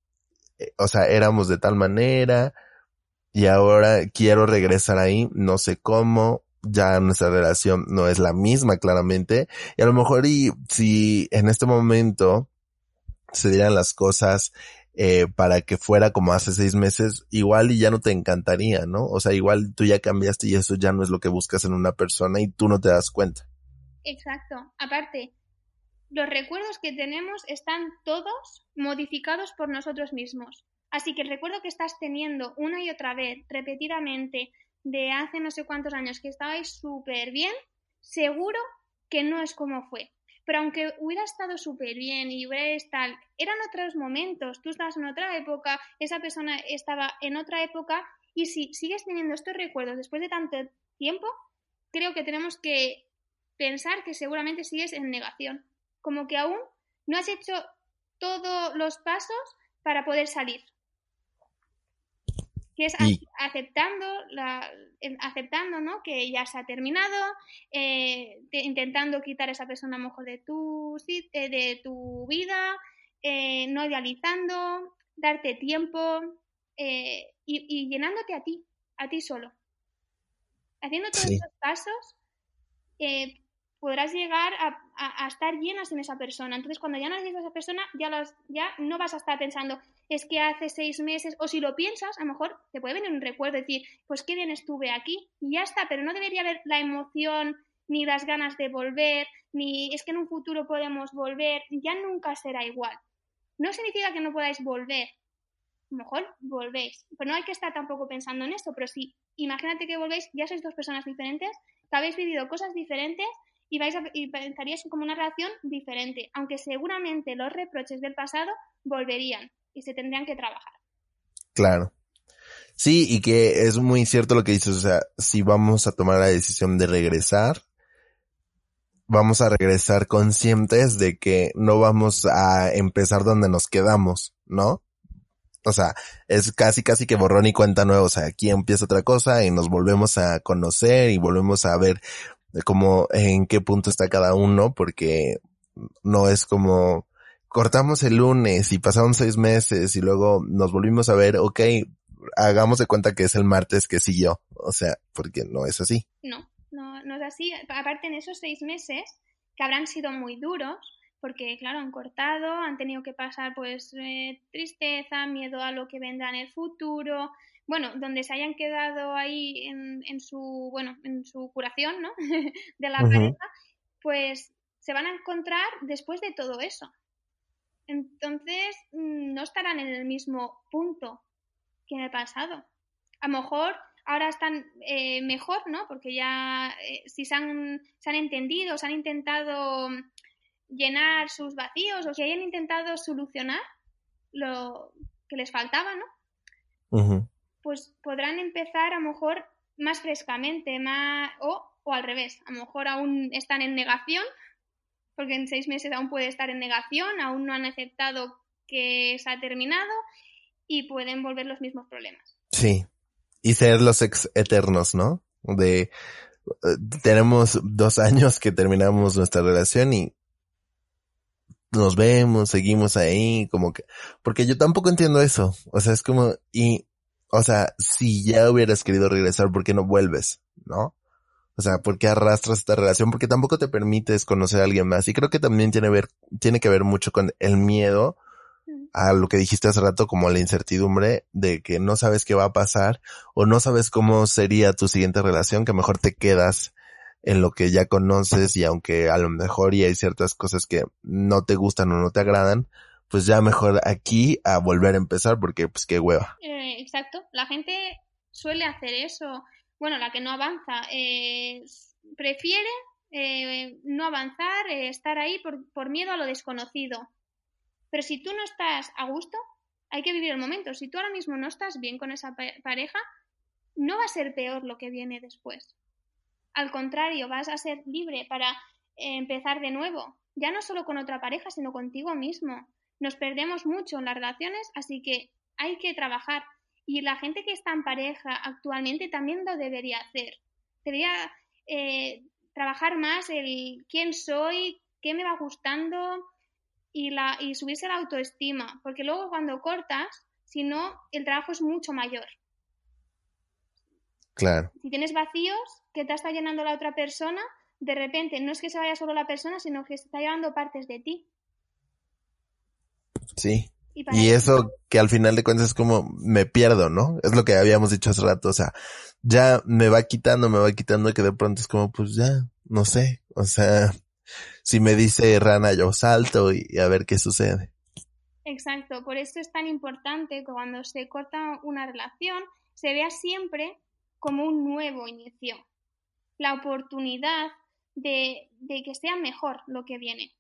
o sea, éramos de tal manera y ahora quiero regresar ahí, no sé cómo, ya nuestra relación no es la misma claramente y a lo mejor y si en este momento se dieran las cosas eh, para que fuera como hace seis meses, igual y ya no te encantaría, ¿no? O sea, igual tú ya cambiaste y eso ya no es lo que buscas en una persona y tú no te das cuenta. Exacto. Aparte, los recuerdos que tenemos están todos modificados por nosotros mismos. Así que el recuerdo que estás teniendo una y otra vez, repetidamente, de hace no sé cuántos años que estabais súper bien, seguro que no es como fue. Pero aunque hubiera estado súper bien y hubiera estado, eran otros momentos, tú estabas en otra época, esa persona estaba en otra época, y si sigues teniendo estos recuerdos después de tanto tiempo, creo que tenemos que pensar que seguramente sigues en negación. Como que aún no has hecho todos los pasos para poder salir. Que es Y aceptando, la, aceptando ¿no? que ya se ha terminado, eh, de, intentando quitar a esa persona a lo mejor de tu, eh, de tu vida, eh, no idealizando, darte tiempo eh, y, y llenándote a ti, a ti solo. Haciendo todos sí, estos pasos, eh, podrás llegar a, a, a, estar llena sin esa persona. Entonces, cuando ya no necesitas a esa persona, ya, las, ya no vas a estar pensando, es que hace seis meses, o si lo piensas, a lo mejor te puede venir un recuerdo, decir, pues qué bien estuve aquí, y ya está, pero no debería haber la emoción, ni las ganas de volver, ni es que en un futuro podemos volver, ya nunca será igual. No significa que no podáis volver, a lo mejor volvéis, pero no hay que estar tampoco pensando en esto, pero si imagínate que volvéis, ya sois dos personas diferentes, que habéis vivido cosas diferentes y, vais a, y pensaríais como una relación diferente, aunque seguramente los reproches del pasado volverían y se tendrían que trabajar. claro. Sí, y que es muy cierto lo que dices, o sea, si vamos a tomar la decisión de regresar, vamos a regresar conscientes de que no vamos a empezar donde nos quedamos, ¿no? O sea, es casi casi que borrón y cuenta nueva, o sea, aquí empieza otra cosa y nos volvemos a conocer y volvemos a ver como en qué punto está cada uno, porque no es como cortamos el lunes y pasaron seis meses y luego nos volvimos a ver, ok, hagamos de cuenta que es el martes que siguió, o sea, porque no es así. No, no, no es así. Aparte, en esos seis meses, que habrán sido muy duros, porque claro, han cortado, han tenido que pasar pues eh, tristeza, miedo a lo que vendrá en el futuro, bueno, donde se hayan quedado ahí en, en su, bueno, en su curación, ¿no? de la Uh-huh. pareja, pues se van a encontrar después de todo eso. Entonces, no estarán en el mismo punto que en el pasado. A lo mejor ahora están eh, mejor, ¿no? Porque ya eh, si se han, se han entendido, se han intentado llenar sus vacíos o si hayan intentado solucionar lo que les faltaba, ¿no? Uh-huh. Pues podrán empezar a lo mejor más frescamente, más o, o al revés, a lo mejor aún están en negación, porque en seis meses aún puede estar en negación, aún no han aceptado que se ha terminado y pueden volver los mismos problemas. Sí, y ser los ex eternos, ¿no? De uh, tenemos dos años que terminamos nuestra relación y nos vemos, seguimos ahí, como que, porque yo tampoco entiendo eso, o sea, es como, y, o sea, si ya hubieras querido regresar, ¿por qué no vuelves? ¿No? O sea, ¿por qué arrastras esta relación? Porque tampoco te permites conocer a alguien más, y creo que también tiene ver, tiene que ver mucho con el miedo a lo que dijiste hace rato, como la incertidumbre de que no sabes qué va a pasar, o no sabes cómo sería tu siguiente relación, que mejor te quedas en lo que ya conoces y aunque a lo mejor y hay ciertas cosas que no te gustan o no te agradan, pues ya mejor aquí a volver a empezar porque pues qué hueva. Eh, exacto, la gente suele hacer eso. Bueno, la que no avanza eh, prefiere eh, no avanzar, eh, estar ahí por, por miedo a lo desconocido. Pero si tú no estás a gusto, hay que vivir el momento. Si tú ahora mismo no estás bien con esa pareja, no va a ser peor lo que viene después. Al contrario, vas a ser libre para eh, empezar de nuevo, ya no solo con otra pareja, sino contigo mismo. Nos perdemos mucho en las relaciones, así que hay que trabajar. Y la gente que está en pareja actualmente también lo debería hacer. Debería eh, trabajar más el quién soy, qué me va gustando y, la, y subirse la autoestima, porque luego cuando cortas, si no, el trabajo es mucho mayor. Claro. Si tienes vacíos que te está llenando la otra persona, de repente no es que se vaya solo la persona, sino que se está llevando partes de ti. Sí. Y, para Y eso, eso que al final de cuentas es como me pierdo, ¿no? Es lo que habíamos dicho hace rato, o sea, ya me va quitando, me va quitando que de pronto es como pues ya, no sé, o sea, si me dice rana yo salto y, y a ver qué sucede. exacto, por eso es tan importante que cuando se corta una relación se vea siempre como un nuevo inicio, la oportunidad de, de que sea mejor lo que viene.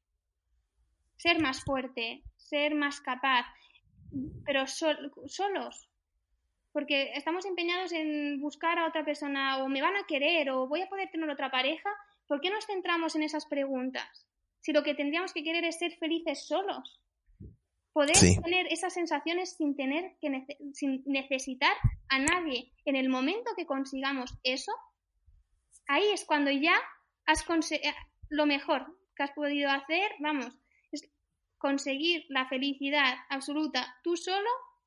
Ser más fuerte, ser más capaz, pero sol, solos. Porque estamos empeñados en buscar a otra persona, o me van a querer, o voy a poder tener otra pareja. ¿Por qué nos centramos en esas preguntas? Si lo que tendríamos que querer es ser felices solos. Poder Sí. tener esas sensaciones sin tener que nece- sin necesitar a nadie. En el momento que consigamos eso, ahí es cuando ya has conseguido lo mejor que has podido hacer, vamos, es conseguir la felicidad absoluta tú solo.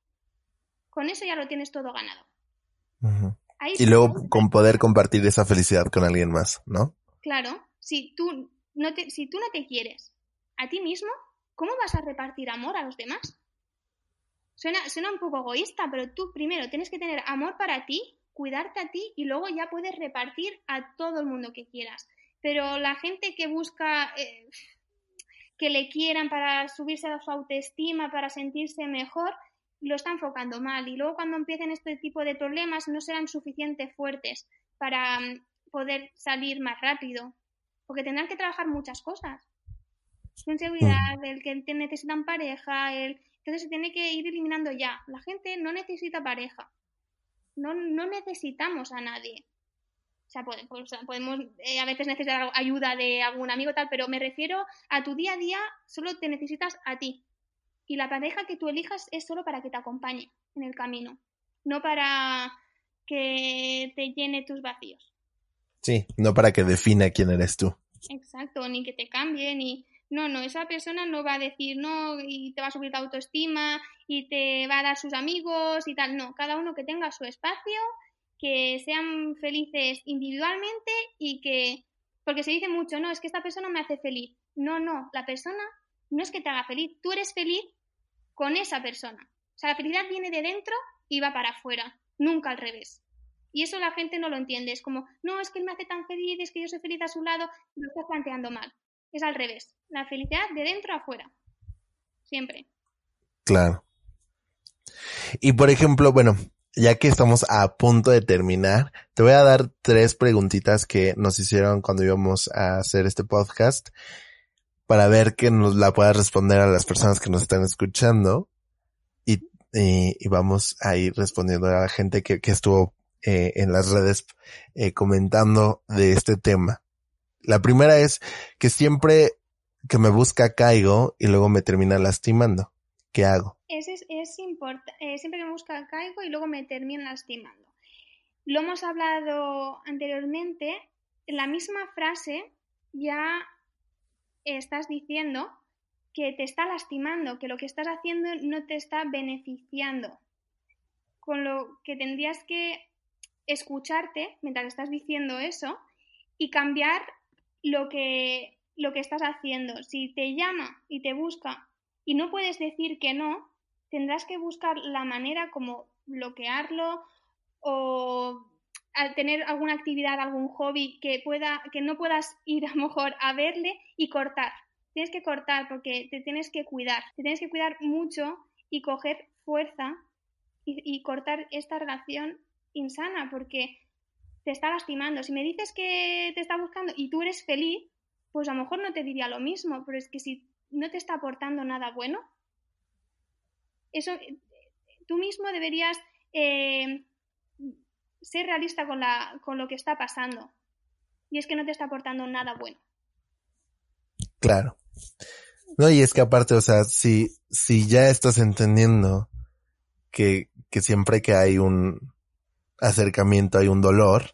Con eso ya lo tienes todo ganado. Uh-huh. Ahí Y luego con poder compartir esa felicidad con alguien más, ¿no? Claro, si tú no te, si tú no te quieres a ti mismo, ¿cómo vas a repartir amor a los demás? Suena, suena un poco egoísta, pero tú primero tienes que tener amor para ti, cuidarte a ti y luego ya puedes repartir a todo el mundo que quieras. Pero la gente que busca eh, que le quieran para subirse a su autoestima, para sentirse mejor, lo está enfocando mal. Y luego cuando empiecen este tipo de problemas no serán suficientemente fuertes para um, poder salir más rápido. Porque tendrán que trabajar muchas cosas. Su inseguridad, mm. el que necesitan pareja, el... entonces se tiene que ir eliminando ya. La gente no necesita pareja. No, no necesitamos a nadie. O sea, podemos, podemos eh, a veces necesitar ayuda de algún amigo tal, pero me refiero a tu día a día, solo te necesitas a ti. Y la pareja que tú elijas es solo para que te acompañe en el camino, no para que te llene tus vacíos. Sí, no para que defina quién eres tú. Exacto, ni que te cambie, ni... No, no, esa persona no va a decir no y te va a subir la autoestima y te va a dar sus amigos y tal. No, cada uno que tenga su espacio, que sean felices individualmente y que... Porque se dice mucho, no, es que esta persona me hace feliz. No, no, la persona no es que te haga feliz, tú eres feliz con esa persona. O sea, la felicidad viene de dentro y va para afuera, nunca al revés. Y eso la gente no lo entiende, es como, no, es que él me hace tan feliz, es que yo soy feliz a su lado, lo estás planteando mal. Es al revés, la felicidad de dentro a afuera, siempre. Claro. Y por ejemplo, bueno, ya que estamos a punto de terminar, te voy a dar tres preguntitas que nos hicieron cuando íbamos a hacer este podcast para ver que nos la puedas responder a las personas que nos están escuchando y, y, y vamos a ir respondiendo a la gente que, que estuvo eh, en las redes eh, comentando de este tema. La primera es que siempre que me busca caigo y luego me termina lastimando. ¿Qué hago? Es, es, es importante. Eh, siempre que me busca caigo y luego me termina lastimando. Lo hemos hablado anteriormente. En la misma frase ya estás diciendo que te está lastimando, que lo que estás haciendo no te está beneficiando. Con lo que tendrías que escucharte mientras estás diciendo eso y cambiar lo que, lo que estás haciendo. Si te llama y te busca y no puedes decir que no, tendrás que buscar la manera como bloquearlo o al tener alguna actividad, algún hobby que pueda, que no puedas ir a lo mejor a verle y cortar. Tienes que cortar porque te tienes que cuidar. Te tienes que cuidar mucho y coger fuerza y, y cortar esta relación insana porque te está lastimando. Si me dices que te está buscando y tú eres feliz, pues a lo mejor no te diría lo mismo, pero es que si no te está aportando nada bueno, eso tú mismo deberías eh, ser realista con, la, con lo que está pasando. Y es que no te está aportando nada bueno. Claro. No, y es que aparte, o sea, si, si ya estás entendiendo que, que siempre que hay un acercamiento hay un dolor,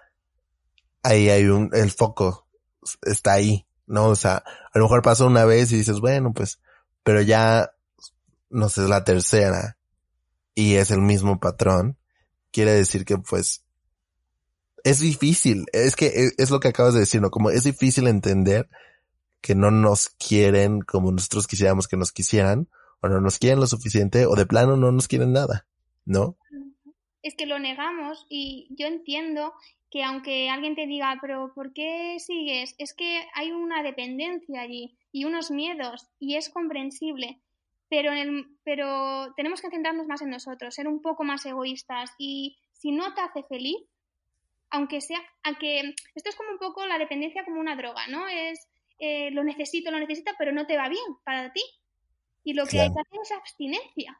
ahí hay un, el foco está ahí, ¿no? O sea, a lo mejor pasó una vez y dices, bueno, pues, pero ya, no sé, es la tercera y es el mismo patrón, quiere decir que pues, es difícil, es que es, es lo que acabas de decir, ¿no? Como es difícil entender que no nos quieren como nosotros quisiéramos que nos quisieran, o no nos quieren lo suficiente, o de plano no nos quieren nada, ¿no? Es que lo negamos y yo entiendo que aunque alguien te diga, pero ¿por qué sigues? Es que hay una dependencia allí y unos miedos y es comprensible, pero, en el, pero tenemos que centrarnos más en nosotros, ser un poco más egoístas y si no te hace feliz, aunque sea, aunque esto es como un poco la dependencia como una droga, ¿no? Es eh, lo necesito, lo necesito, pero no te va bien para ti y lo que hay Claro. que hacer es abstinencia.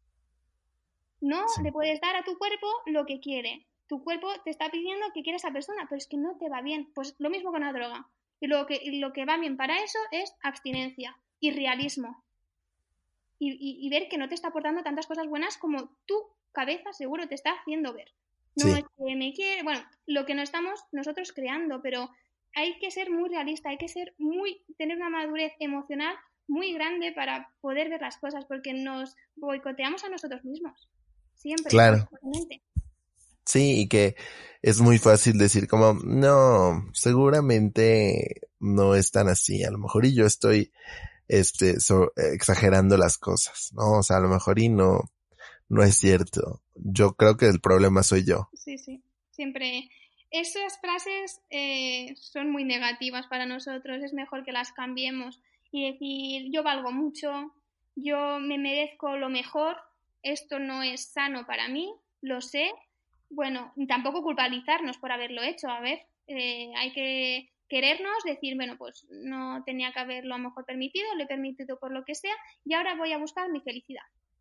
No Sí. le puedes dar a tu cuerpo lo que quiere. Tu cuerpo te está pidiendo que quiera esa persona, pero es que no te va bien. Pues lo mismo con la droga. Y lo que, y lo que va bien para eso es abstinencia y realismo. Y, y, y ver que no te está aportando tantas cosas buenas como tu cabeza seguro te está haciendo ver. No Sí. es que me quiere... Bueno, lo que no estamos nosotros creando, pero hay que ser muy realista, hay que ser muy... tener una madurez emocional muy grande para poder ver las cosas, porque nos boicoteamos a nosotros mismos. Siempre, Claro. constantemente. Sí, y que es muy fácil decir como, no, seguramente no es tan así, a lo mejor y yo estoy, este, so, exagerando las cosas, ¿no? O sea, a lo mejor y no, no es cierto. Yo creo que el problema soy yo. Sí, sí, siempre. Esas frases eh, son muy negativas para nosotros, es mejor que las cambiemos y decir, yo valgo mucho, yo me merezco lo mejor, esto no es sano para mí, lo sé. Bueno, tampoco culpabilizarnos por haberlo hecho, a ver, eh, hay que querernos, decir, bueno, pues no tenía que haberlo a lo mejor permitido, lo he permitido por lo que sea y ahora voy a buscar mi felicidad.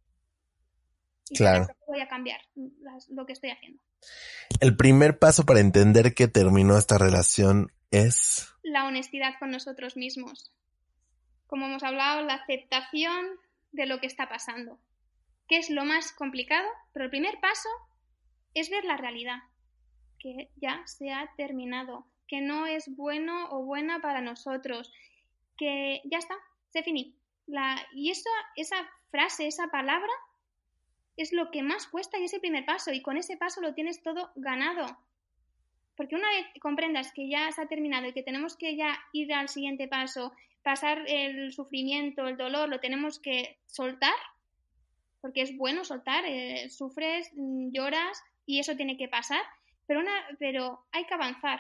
Y para Claro. eso voy a cambiar las, lo que estoy haciendo. El primer paso para entender que terminó esta relación es... La honestidad con nosotros mismos. Como hemos hablado, la aceptación de lo que está pasando. Que es lo más complicado, pero el primer paso es ver la realidad. Que ya se ha terminado. Que no es bueno o buena para nosotros. Que ya está, se finí. La, y esa, esa frase, esa palabra, es lo que más cuesta y es el primer paso. Y con ese paso lo tienes todo ganado. Porque una vez comprendas que ya se ha terminado y que tenemos que ya ir al siguiente paso, pasar el sufrimiento, el dolor, lo tenemos que soltar, porque es bueno soltar, eh, sufres, lloras y eso tiene que pasar, pero, una, pero hay que avanzar.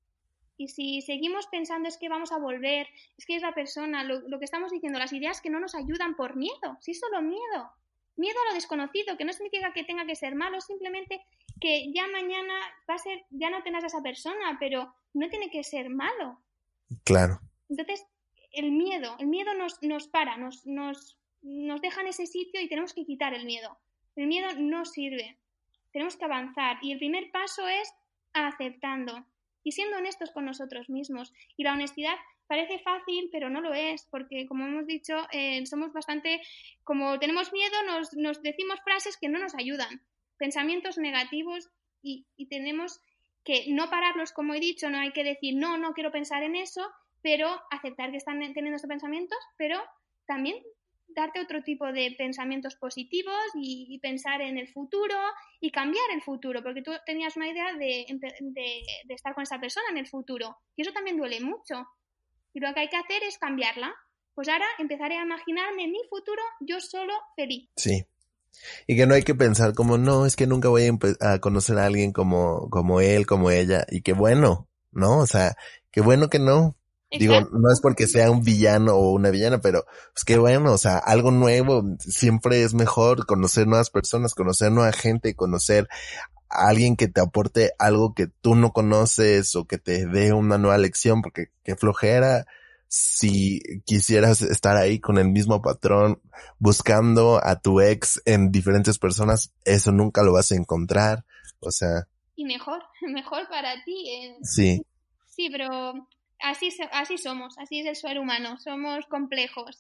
Y si seguimos pensando es que vamos a volver, es que es la persona, lo, lo que estamos diciendo, las ideas que no nos ayudan por miedo, sí, solo miedo. Miedo a lo desconocido, que no significa que tenga que ser malo, simplemente que ya mañana va a ser, ya no tengas a esa persona, pero no tiene que ser malo. Claro. Entonces, el miedo, el miedo nos, nos para, nos, nos, nos deja en ese sitio y tenemos que quitar el miedo. El miedo no sirve. Tenemos que avanzar y el primer paso es aceptando y siendo honestos con nosotros mismos. Y la honestidad parece fácil, pero no lo es, porque como hemos dicho, eh, somos bastante, como tenemos miedo, nos, nos decimos frases que no nos ayudan, pensamientos negativos y, y tenemos que no pararlos, como he dicho, no hay que decir, no, no quiero pensar en eso, pero aceptar que están teniendo estos pensamientos, pero también darte otro tipo de pensamientos positivos y, y pensar en el futuro y cambiar el futuro, porque tú tenías una idea de, de, de estar con esa persona en el futuro y eso también duele mucho y lo que hay que hacer es cambiarla. Pues ahora empezaré a imaginarme mi futuro yo solo feliz. Sí. Y que no hay que pensar como, no, es que nunca voy a, a conocer a alguien como, como él, como ella. Y qué bueno, ¿no? O sea, qué bueno que no. Digo, Exacto. no es porque sea un villano o una villana, pero pues qué bueno, o sea, algo nuevo. Siempre es mejor conocer nuevas personas, conocer nueva gente, conocer a alguien que te aporte algo que tú no conoces o que te dé una nueva lección, porque qué flojera si quisieras estar ahí con el mismo patrón buscando a tu ex en diferentes personas, eso nunca lo vas a encontrar, o sea. Y mejor, mejor para ti. Eh. Sí. Sí, pero así, así somos, así es el ser humano, somos complejos.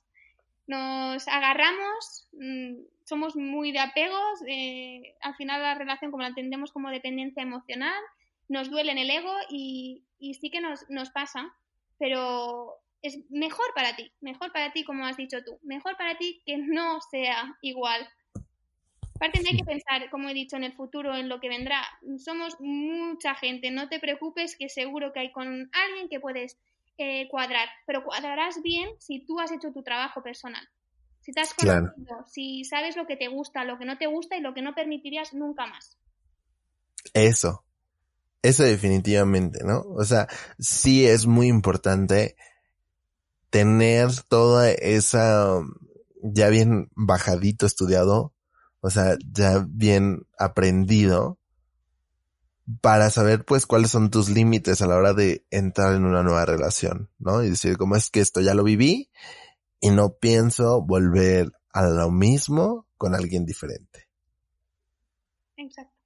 Nos agarramos, mmm, somos muy de apegos, eh, al final la relación como la entendemos como dependencia emocional, nos duele en el ego y, y sí que nos, nos pasa, pero es mejor para ti, mejor para ti como has dicho tú, mejor para ti que no sea igual. Aparte hay que pensar, como he dicho, en el futuro, en lo que vendrá. Somos mucha gente, no te preocupes que seguro que hay con alguien que puedes eh, cuadrar, pero cuadrarás bien si tú has hecho tu trabajo personal. Si te has Claro. conocido, si sabes lo que te gusta, lo que no te gusta y lo que no permitirías nunca más. Eso, eso definitivamente, ¿no? O sea, sí es muy importante tener toda esa ya bien bajadito estudiado, o sea, ya bien aprendido para saber pues cuáles son tus límites a la hora de entrar en una nueva relación, ¿no? Y decir, como es que esto ya lo viví y no pienso volver a lo mismo con alguien diferente. Exacto.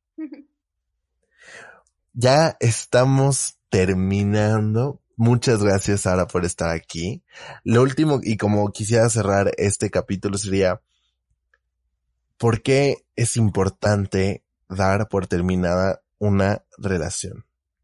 Ya estamos terminando. Muchas gracias, Sara, por estar aquí. Lo último, y como quisiera cerrar este capítulo, sería, ¿por qué es importante dar por terminada una relación?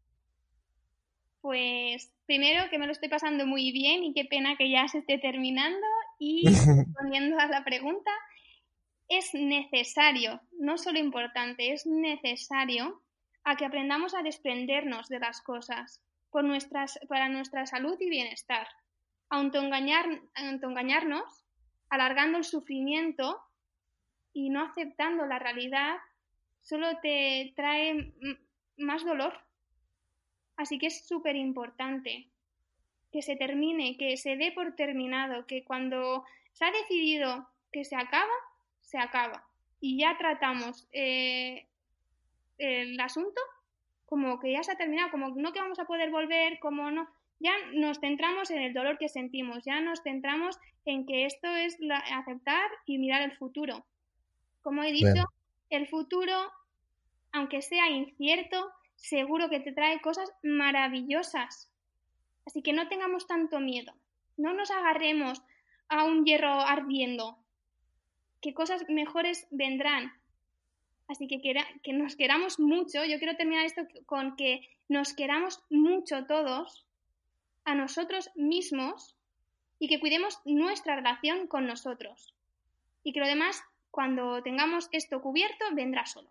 Pues primero que me lo estoy pasando muy bien y qué pena que ya se esté terminando. Y respondiendo a la pregunta, es necesario, no solo importante, es necesario a que aprendamos a desprendernos de las cosas por nuestras, para nuestra salud y bienestar. Autoengañar, autoengañarnos, alargando el sufrimiento y no aceptando la realidad, solo te trae m- más dolor. Así que es súper importante que se termine, que se dé por terminado, que cuando se ha decidido que se acaba, se acaba. Y ya tratamos eh, el asunto como que ya se ha terminado, como no que vamos a poder volver, como no. Ya nos centramos en el dolor que sentimos, ya nos centramos en que esto es la, aceptar y mirar el futuro. Como he dicho, Claro. el futuro, aunque sea incierto, seguro que te trae cosas maravillosas. Así que no tengamos tanto miedo. No nos agarremos a un hierro ardiendo, que cosas mejores vendrán. Así que, que, que nos queramos mucho. Yo quiero terminar esto con que nos queramos mucho todos, a nosotros mismos, y que cuidemos nuestra relación con nosotros. Y que lo demás, cuando tengamos esto cubierto, vendrá solo.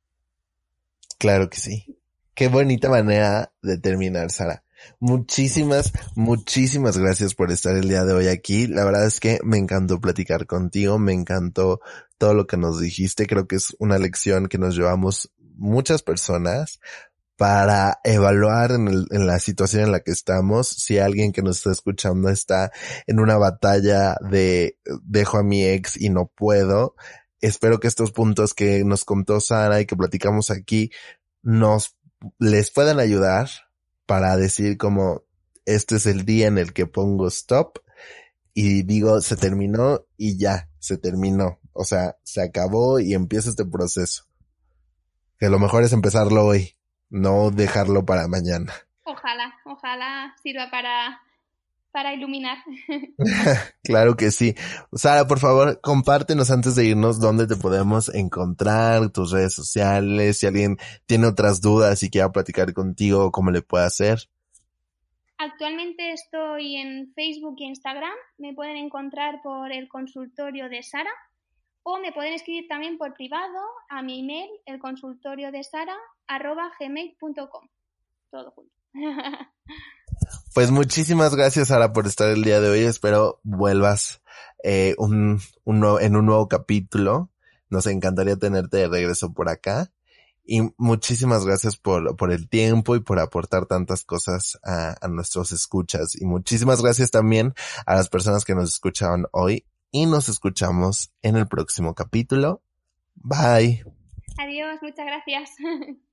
Claro que sí. Qué bonita manera de terminar, Sara. Muchísimas, muchísimas gracias por estar el día de hoy aquí. La verdad es que me encantó platicar contigo, me encantó todo lo que nos dijiste. Creo que es una lección que nos llevamos muchas personas para evaluar en, el, en la situación en la que estamos. Si alguien que nos está escuchando está en una batalla de dejo a mi ex y no puedo, espero que estos puntos que nos contó Sara y que platicamos aquí nos les puedan ayudar para decir como este es el día en el que pongo stop y digo se terminó y ya, se terminó. O sea, se acabó y empieza este proceso. Que lo mejor es empezarlo hoy, no dejarlo para mañana. Ojalá, ojalá sirva para, para iluminar. Claro que sí. Sara, por favor, compártenos antes de irnos dónde te podemos encontrar, tus redes sociales, si alguien tiene otras dudas y quiere platicar contigo, cómo le puede hacer. Actualmente estoy en Facebook e Instagram. Me pueden encontrar por el consultorio de Sara o me pueden escribir también por privado a mi email, elconsultoriodesara arroba gmail punto com. Todo junto. Pues muchísimas gracias, Sara, por estar el día de hoy. Espero vuelvas eh, un, un nuevo, en un nuevo capítulo. Nos encantaría tenerte de regreso por acá. Y muchísimas gracias por, por el tiempo y por aportar tantas cosas a, a nuestros escuchas. Y muchísimas gracias también a las personas que nos escucharon hoy. Y nos escuchamos en el próximo capítulo. Bye. Adiós, muchas gracias.